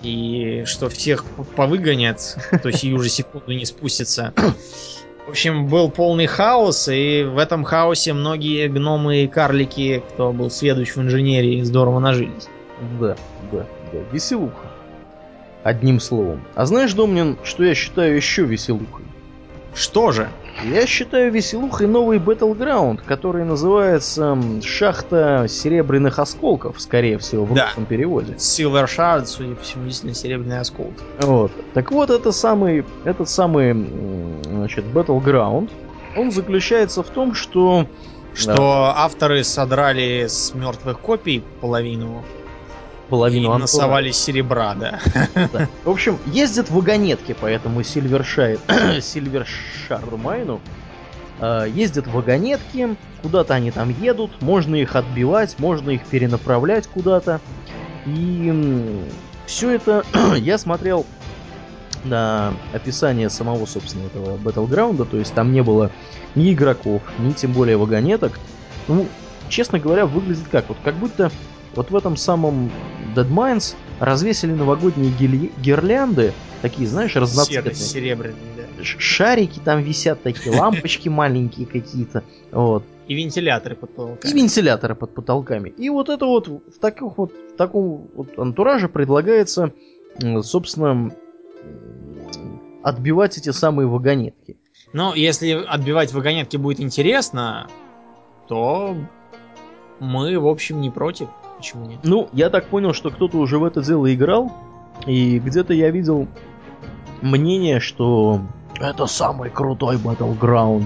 и что всех повыгонят, то сию же секунду не спустится. В общем, был полный хаос, и в этом хаосе многие гномы и карлики, кто был сведущ в инженерии, здорово нажились. Да. Веселуха. Одним словом. А знаешь, Домнин, что я считаю еще веселухой? Что же? Я считаю веселухой новый Battleground, который называется «Шахта серебряных осколков», скорее всего, в русском переводе. Silver Shard, судя по всему, действительно серебряный осколки. Вот. Так вот, этот самый, значит, Battleground, он заключается в том, что... Что авторы содрали с мертвых копий половину и насовали серебра, да. Да. В общем, ездят вагонетки по этому Сильвершарду Майну. Ездят вагонетки, куда-то они там едут, можно их отбивать, можно их перенаправлять куда-то. И все это я смотрел на описание самого, собственно, этого Battleground, то есть там не было ни игроков, ни тем более вагонеток. Ну, честно говоря, выглядит как? Вот как будто вот в этом самом Dead Mines развесили новогодние гирлянды, такие, знаешь, разноцветные. Серебряные, да. Шарики там висят, такие лампочки маленькие какие-то. Вот. И вентиляторы под потолками. И вентиляторы под потолками. И вот это вот в таком вот антураже предлагается, собственно, отбивать эти самые вагонетки. Но если отбивать вагонетки будет интересно, то мы, в общем, не против. Почему нет? Ну, я так понял, что кто-то уже в это дело играл, и где-то я видел мнение, что это самый крутой Battleground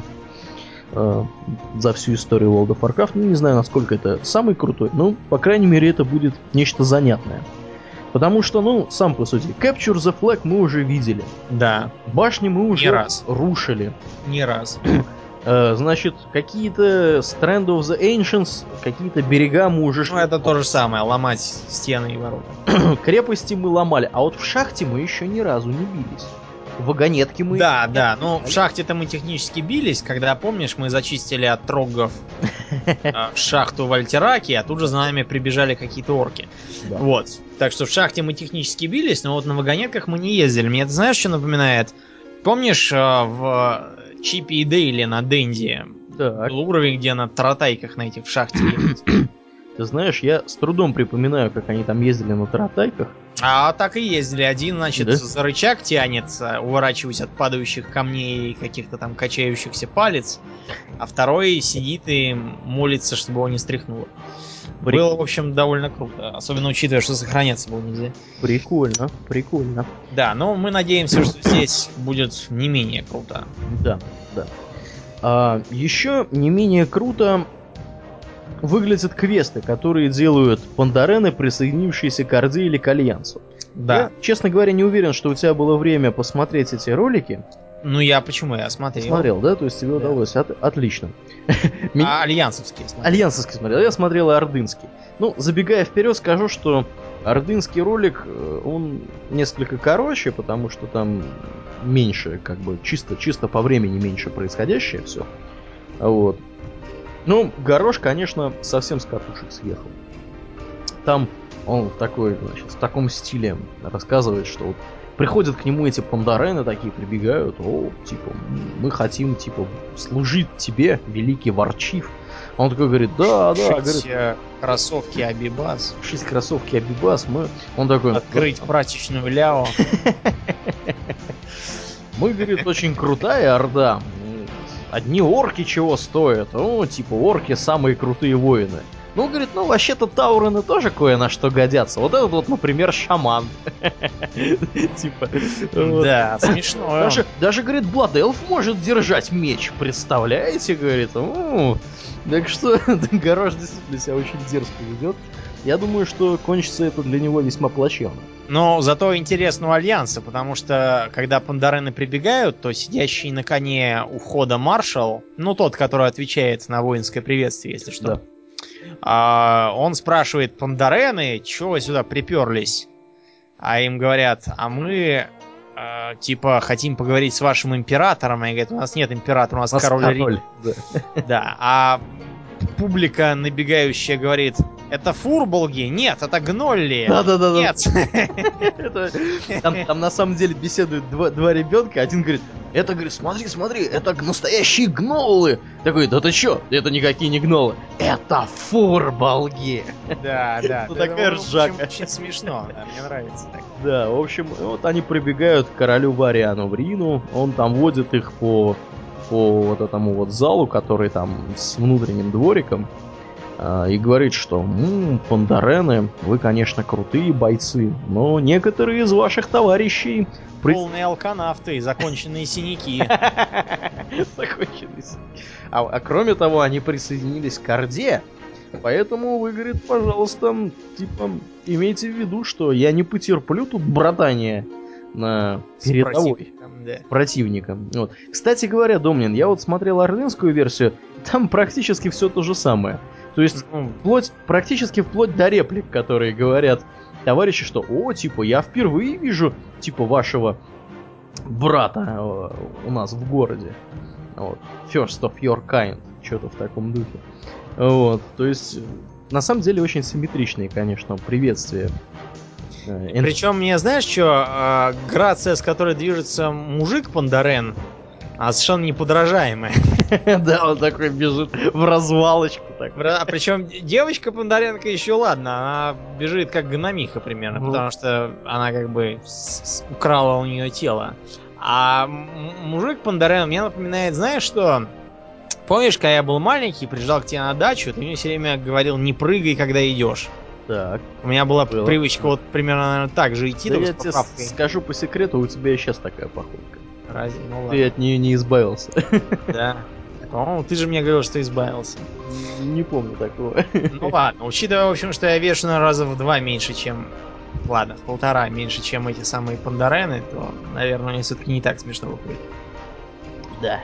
за всю историю World of Warcraft. Ну, не знаю, насколько это самый крутой, но, по крайней мере, это будет нечто занятное. Потому что, ну, сам по сути, Capture the Flag мы уже видели. Да. Башни мы уже рушили. Не раз. Значит, какие-то Strand of the Ancients, какие-то берега мы уже... Ну, это то же самое, ломать стены и ворота. Крепости мы ломали, а вот в шахте мы еще ни разу не бились. Вагонетки мы... Да, ну в шахте-то мы технически бились, когда, помнишь, мы зачистили от троггов шахту в Альтераке, а тут же за нами прибежали какие-то орки. Да. Вот. Так что в шахте мы технически бились, но вот на вагонетках мы не ездили. Мне это знаешь, что напоминает? Помнишь, в Чипе и Дейле на Денди был уровень, где на таратайках на этих в шахте ехать? Ты знаешь, я с трудом припоминаю, как они там ездили на таратайках. А так и ездили. Один, значит, за рычаг тянется, уворачиваясь от падающих камней и каких-то там качающихся палец, а второй сидит и молится, чтобы его не стряхнуло. Было, в общем, довольно круто. Особенно учитывая, что сохраняться было нельзя. Прикольно. Да, но мы надеемся, что здесь будет не менее круто. Да. Еще не менее круто выглядят квесты, которые делают пандарены, присоединившиеся к Орде или к Альянсу. Да. Я, честно говоря, не уверен, что у тебя было время посмотреть эти ролики. Ну, почему? Я смотрел. Смотрел, да? То есть тебе удалось. Отлично. А альянсовские смотрел? Альянсовский смотрел. Я смотрел и ордынский. Ну, забегая вперед, скажу, что ордынский ролик, он несколько короче, потому что там меньше, как бы, чисто по времени меньше происходящее все. Вот. Ну, Горош, конечно, совсем с катушек съехал. Там он в таком стиле рассказывает, что вот приходят к нему эти пандарены такие, прибегают, типа, мы хотим, типа, служить тебе, великий Варчив. Он такой говорит, да, говорит, кроссовки Абибас. 6 кроссовки Абибас, он такой... Открыть прачечную Ляо. Мы, говорит, очень крутая орда. Одни орки чего стоят? Типа, орки самые крутые воины. Ну, говорит, вообще-то таурены тоже кое на что годятся. Вот этот вот, например, шаман. Типа. Да, смешно. Даже, говорит, Blood Elf может держать меч. Представляете, говорит. Так что Горош действительно себя очень дерзко ведет. Я думаю, что кончится это для него весьма плачевно. Но зато интересно у Альянса, потому что когда пандарены прибегают, то сидящий на коне у входа маршал, тот, который отвечает на воинское приветствие, если что, он спрашивает пандарены, чего вы сюда приперлись? А им говорят, мы типа хотим поговорить с вашим императором. И говорят, у нас нет императора, у нас король Рим. Да, а публика набегающая говорит, Это фурболги? Нет, это гнолли. Да. Нет. Там на самом деле беседуют два ребенка. Один говорит, это, говорит, смотри, это настоящие гнолы. Такой, да ты чё? Это никакие не гнолы. Это фурболги. Да. Ну, такая ржака. Очень смешно, мне нравится так. Да, в общем, вот они прибегают к королю Вариану в Рину. Он там водит их по вот этому вот залу, который там с внутренним двориком. И говорит, что пандарены, вы, конечно, крутые бойцы, но некоторые из ваших товарищей... Полные алканавты, законченные синяки. Законченные синяки. А кроме того, они присоединились к Орде, поэтому вы, говорит, пожалуйста, типа, имейте в виду, что я не потерплю тут братания на передовой противником. Вот. Кстати говоря, Домнин, я вот смотрел ордынскую версию, там практически все то же самое. То есть практически вплоть до реплик, которые говорят товарищи, что типа, я впервые вижу, типа, вашего брата у нас в городе. Вот. First of your kind. Что-то в таком духе. Вот. То есть, на самом деле, очень симметричные, конечно, приветствия. Причем мне, знаешь, что грация, с которой движется мужик Пандарен, совершенно неподражаемая. Да, он такой бежит в развалочку. Причем девочка Пандаренко еще ладно, она бежит как гномиха примерно, потому что она как бы украла у нее тело. А мужик Пандарен мне напоминает, знаешь что? Помнишь, когда я был маленький, приезжал к тебе на дачу, ты мне все время говорил, не прыгай, когда идешь. Так. У меня была привычка вот примерно, наверное, так же идти. Да я тебе скажу по секрету, у тебя и сейчас такая походка. Разве? Ну, ты от нее не избавился. Да. По-моему, ты же мне говорил, что избавился. Не помню такого. Ну ладно, учитывая, в общем, что я вешу на раза в 2 меньше, чем... Ладно, в 1,5 меньше, чем эти самые пандарены, то, наверное, мне все-таки не так смешно выходит. Да.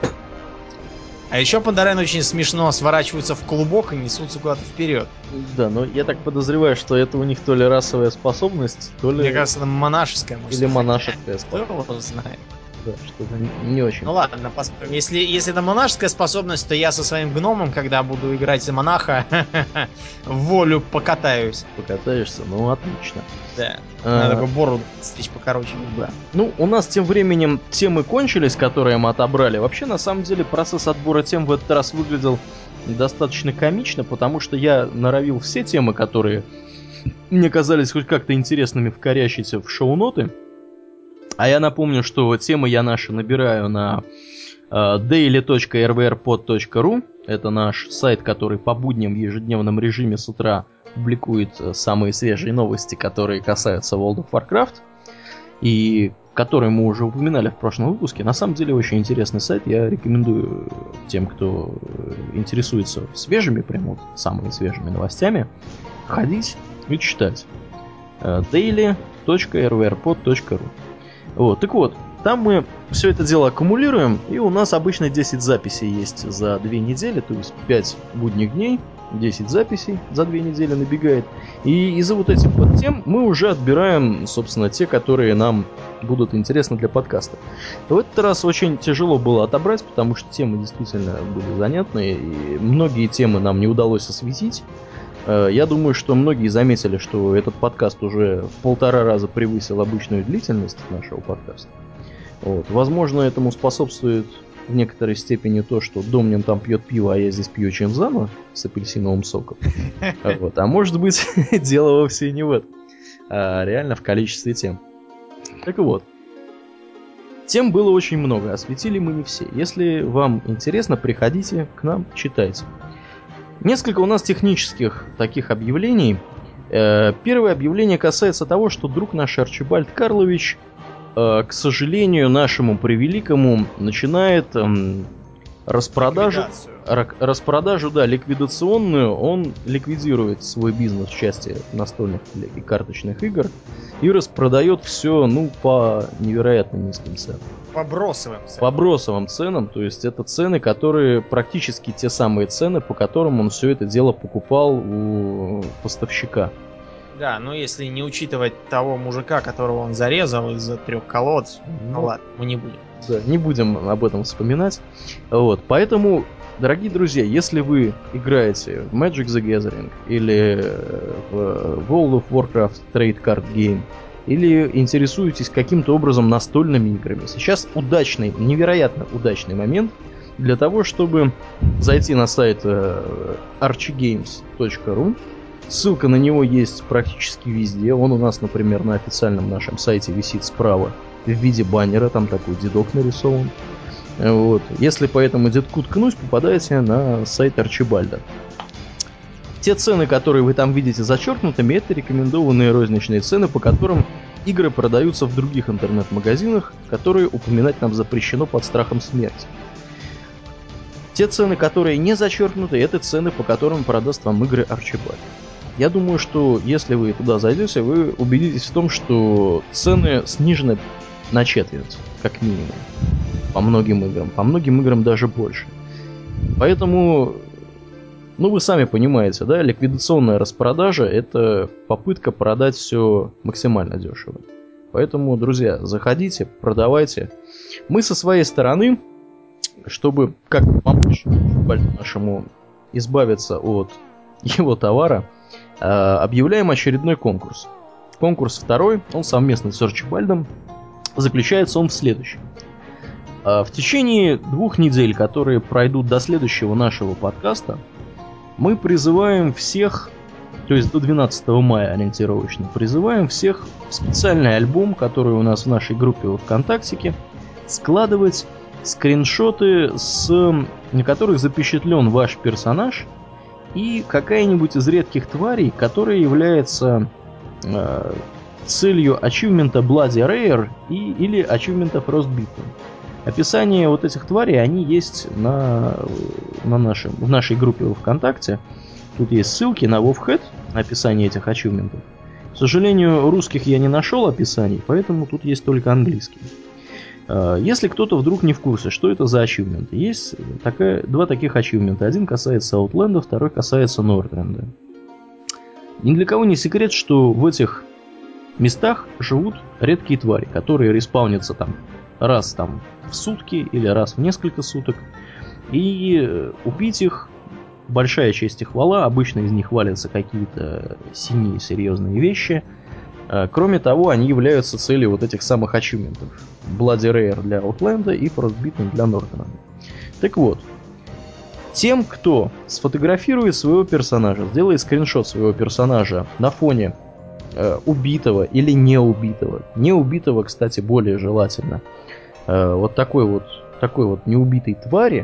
А еще пандарены очень смешно сворачиваются в клубок и несутся куда-то вперед. Да, но я так подозреваю, что это у них то ли расовая способность, то ли... Мне кажется, это монашеская. Или монашеская способность. Кто знает. Да, что-то не очень. Ну ладно, если это монашеская способность, то я со своим гномом, когда буду играть за монаха, в волю покатаюсь. Покатаешься? Ну, отлично. Да. Надо такую бороду стричь покороче. Да. Ну, у нас тем временем темы кончились, которые мы отобрали. Вообще, на самом деле, процесс отбора тем в этот раз выглядел достаточно комично, потому что я норовил все темы, которые мне казались хоть как-то интересными, вкорячить в шоу-ноты. А я напомню, что темы я наши набираю на daily.rvrpod.ru. Это наш сайт, который по будням в ежедневном режиме с утра публикует самые свежие новости, которые касаются World of Warcraft. И который мы уже упоминали в прошлом выпуске. На самом деле очень интересный сайт. Я рекомендую тем, кто интересуется свежими, прям вот самыми свежими новостями, ходить и читать. daily.rvrpod.ru. Вот, так вот, там мы все это дело аккумулируем, и у нас обычно 10 записей есть за 2 недели, то есть 5 будних дней, 10 записей за 2 недели набегает. И из-за вот этих вот тем мы уже отбираем, собственно, те, которые нам будут интересны для подкаста. В этот раз очень тяжело было отобрать, потому что темы действительно были занятные, и многие темы нам не удалось осветить. Я думаю, что многие заметили, что этот подкаст уже в 1,5 раза превысил обычную длительность нашего подкаста. Вот. Возможно, этому способствует в некоторой степени то, что Домнин там пьет пиво, а я здесь пью чинзано с апельсиновым соком. Вот. А может быть, дело вовсе не в этом, а реально в количестве тем. Так вот. Тем было очень много, осветили мы не все. Если вам интересно, приходите к нам, читайте. Несколько у нас технических таких объявлений. Первое объявление касается того, что друг наш Арчибальд Карлович, к сожалению, нашему превеликому, начинает распродажу, да, ликвидационную. Он ликвидирует свой бизнес в части настольных и карточных игр и распродает все, по невероятно низким ценам. По бросовым ценам. По бросовым ценам, то есть это цены, которые практически те самые цены, по которым он все это дело покупал у поставщика. Да, но если не учитывать того мужика, которого он зарезал из-за 3 колод, ну ладно, мы не будем. Да, не будем об этом вспоминать. Вот, поэтому, дорогие друзья, если вы играете в Magic the Gathering или в World of Warcraft Trade Card Game, или интересуетесь каким-то образом настольными играми, сейчас удачный, невероятно удачный момент для того, чтобы зайти на сайт archiegames.ru. Ссылка на него есть практически везде. Он у нас, например, на официальном нашем сайте висит справа в виде баннера, там такой дедок нарисован. Вот. Если по этому дедку ткнуть, попадаете на сайт Арчибальда. Те цены, которые вы там видите зачеркнутыми, это рекомендованные розничные цены, по которым игры продаются в других интернет-магазинах, которые упоминать нам запрещено под страхом смерти. Те цены, которые не зачеркнуты, это цены, по которым продаст вам игры Арчибальд. Я думаю, что если вы туда зайдете, вы убедитесь в том, что цены снижены на четверть, как минимум, по многим играм даже больше. Поэтому, ну вы сами понимаете, да, ликвидационная распродажа — это попытка продать все максимально дешево. Поэтому, друзья, заходите, продавайте. Мы со своей стороны, чтобы как помочь нашему избавиться от его товара, объявляем очередной конкурс. Конкурс второй, он совместный с Арчибальдом. Заключается он в следующем. В течение 2 недель, которые пройдут до следующего нашего подкаста, мы призываем всех, то есть до 12 мая ориентировочно, призываем всех в специальный альбом, который у нас в нашей группе ВКонтактике, складывать скриншоты, на которых запечатлен ваш персонаж и какая-нибудь из редких тварей, которая является целью ачивмента Bloody Rare или ачивмента Frostbitten. Описание вот этих тварей, они есть в нашей группе во ВКонтакте. Тут есть ссылки на WoWhead, на описание этих ачивментов. К сожалению, русских я не нашел описаний, поэтому тут есть только английский. Если кто-то вдруг не в курсе, что это за ачивменты, есть 2 таких ачивмента. Один касается Outland, второй касается Нордленда. Ни для кого не секрет, что в этих местах живут редкие твари, которые респаунятся там раз в сутки или раз в несколько суток. И убить их — большая честь и хвала. Обычно из них валятся какие-то синие серьезные вещи. Кроме того, они являются целью вот этих самых ачивментов. Bloody Rare для Outland и Frostbitten для Northern. Так вот, тем, кто сфотографирует своего персонажа, сделает скриншот своего персонажа на фоне убитого или неубитого. Неубитого, кстати, более желательно. Вот такой вот неубитой твари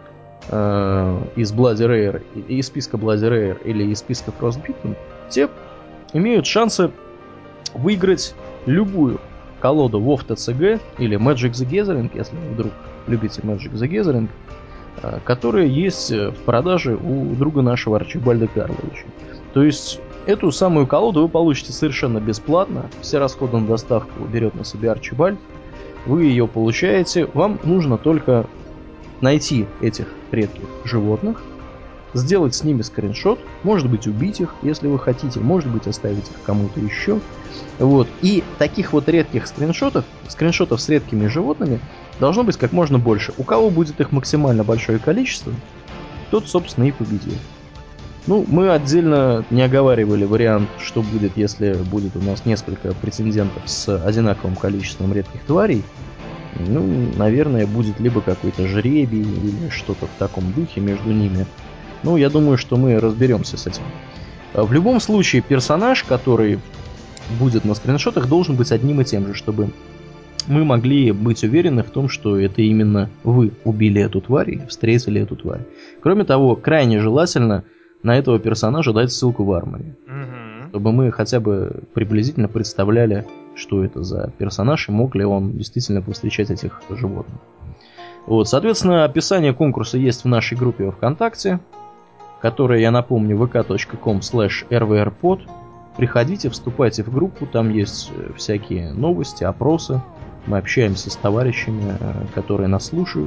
из Bloody Rare, из списка Bloody Rare или из списка Frostbitten, те имеют шансы выиграть любую колоду WoW TCG или Magic the Gathering, если вы вдруг любите Magic the Gathering, которая есть в продаже у друга нашего Арчибальда Карловича. То есть эту самую колоду вы получите совершенно бесплатно. Все расходы на доставку берет на себя Арчибальд. Вы ее получаете. Вам нужно только найти этих редких животных, сделать с ними скриншот, может быть убить их, если вы хотите, может быть оставить их кому-то еще. Вот. И таких вот редких скриншотов с редкими животными должно быть как можно больше. У кого будет их максимально большое количество, тот, собственно, и победил. Ну, мы отдельно не оговаривали вариант, что будет, если будет у нас несколько претендентов с одинаковым количеством редких тварей. Ну, наверное, будет либо какой-то жребий или что-то в таком духе между ними. Ну, я думаю, что мы разберемся с этим. В любом случае, персонаж, который будет на скриншотах, должен быть одним и тем же, чтобы мы могли быть уверены в том, что это именно вы убили эту тварь или встретили эту тварь. Кроме того, крайне желательно на этого персонажа дать ссылку в арморе, чтобы мы хотя бы приблизительно представляли, что это за персонаж и мог ли он действительно повстречать этих животных. Вот, соответственно, описание конкурса есть в нашей группе во ВКонтакте, которая, я напомню, vk.com/rvrpod. Приходите, вступайте в группу, там есть всякие новости, опросы. Мы общаемся с товарищами, которые нас слушают.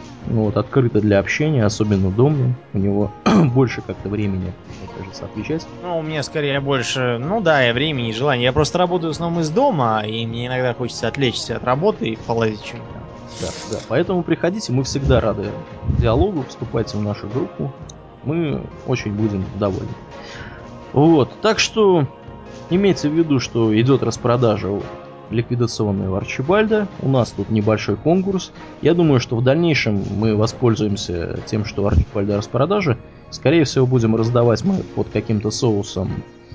Вот, открыто для общения, особенно Домнин. У него больше как-то времени, мне кажется, отвечать. Ну, у меня скорее больше, ну да, и времени, и желания. Я просто работаю в основном из дома, и мне иногда хочется отвлечься от работы и полазить что-нибудь там. Да. Поэтому приходите, мы всегда рады диалогу, вступайте в нашу группу. Мы очень будем довольны. Вот, так что имейте в виду, что идет распродажа ликвидационного Арчибальда. У нас тут небольшой конкурс. Я думаю, что в дальнейшем мы воспользуемся тем, что Арчибальда распродажа. Скорее всего, будем раздавать мы под каким-то соусом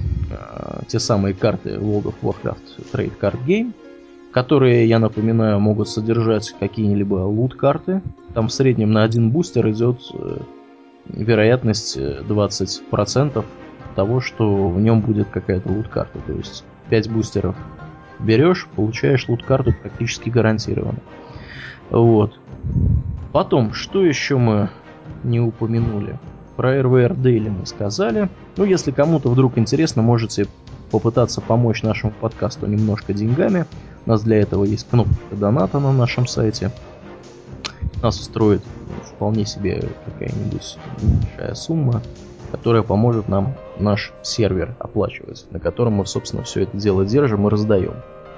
те самые карты World of Warcraft Trade Card Game, которые, я напоминаю, могут содержать какие-либо лут-карты. Там в среднем на один бустер идет вероятность 20% того, что в нем будет какая-то лут-карта. То есть 5 бустеров берешь, получаешь лут-карту практически гарантированно. Вот. Потом, что еще мы не упомянули? Про RVR Daily мы сказали. Ну, если кому-то вдруг интересно, можете попытаться помочь нашему подкасту немножко деньгами. У нас для этого есть кнопка доната на нашем сайте. Нас устроит вполне себе какая-нибудь небольшая сумма, которая поможет нам наш сервер оплачивать, на котором мы, собственно, все это дело держим и раздаем.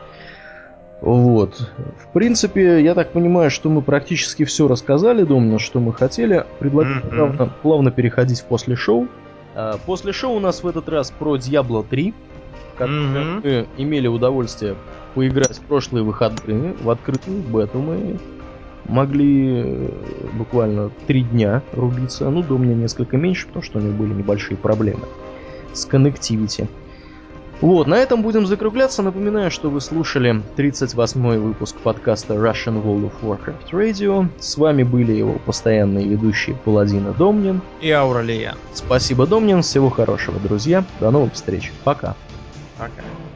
Вот. В принципе, я так понимаю, что мы практически все рассказали, думаю, что мы хотели. Предлагаю плавно переходить в после шоу. После шоу у нас в этот раз про Diablo 3, который мы имели удовольствие поиграть в прошлые выходные. В открытую бету мы могли буквально 3 дня рубиться. Ну, до меня несколько меньше, потому что у них были небольшие проблемы с коннективити. Вот, на этом будем закругляться. Напоминаю, что вы слушали 38-й выпуск подкаста Russian World of Warcraft Radio. С вами были его постоянные ведущие Паладин и Домнин. И Ауралия. Спасибо, Домнин. Всего хорошего, друзья. До новых встреч. Пока. Пока.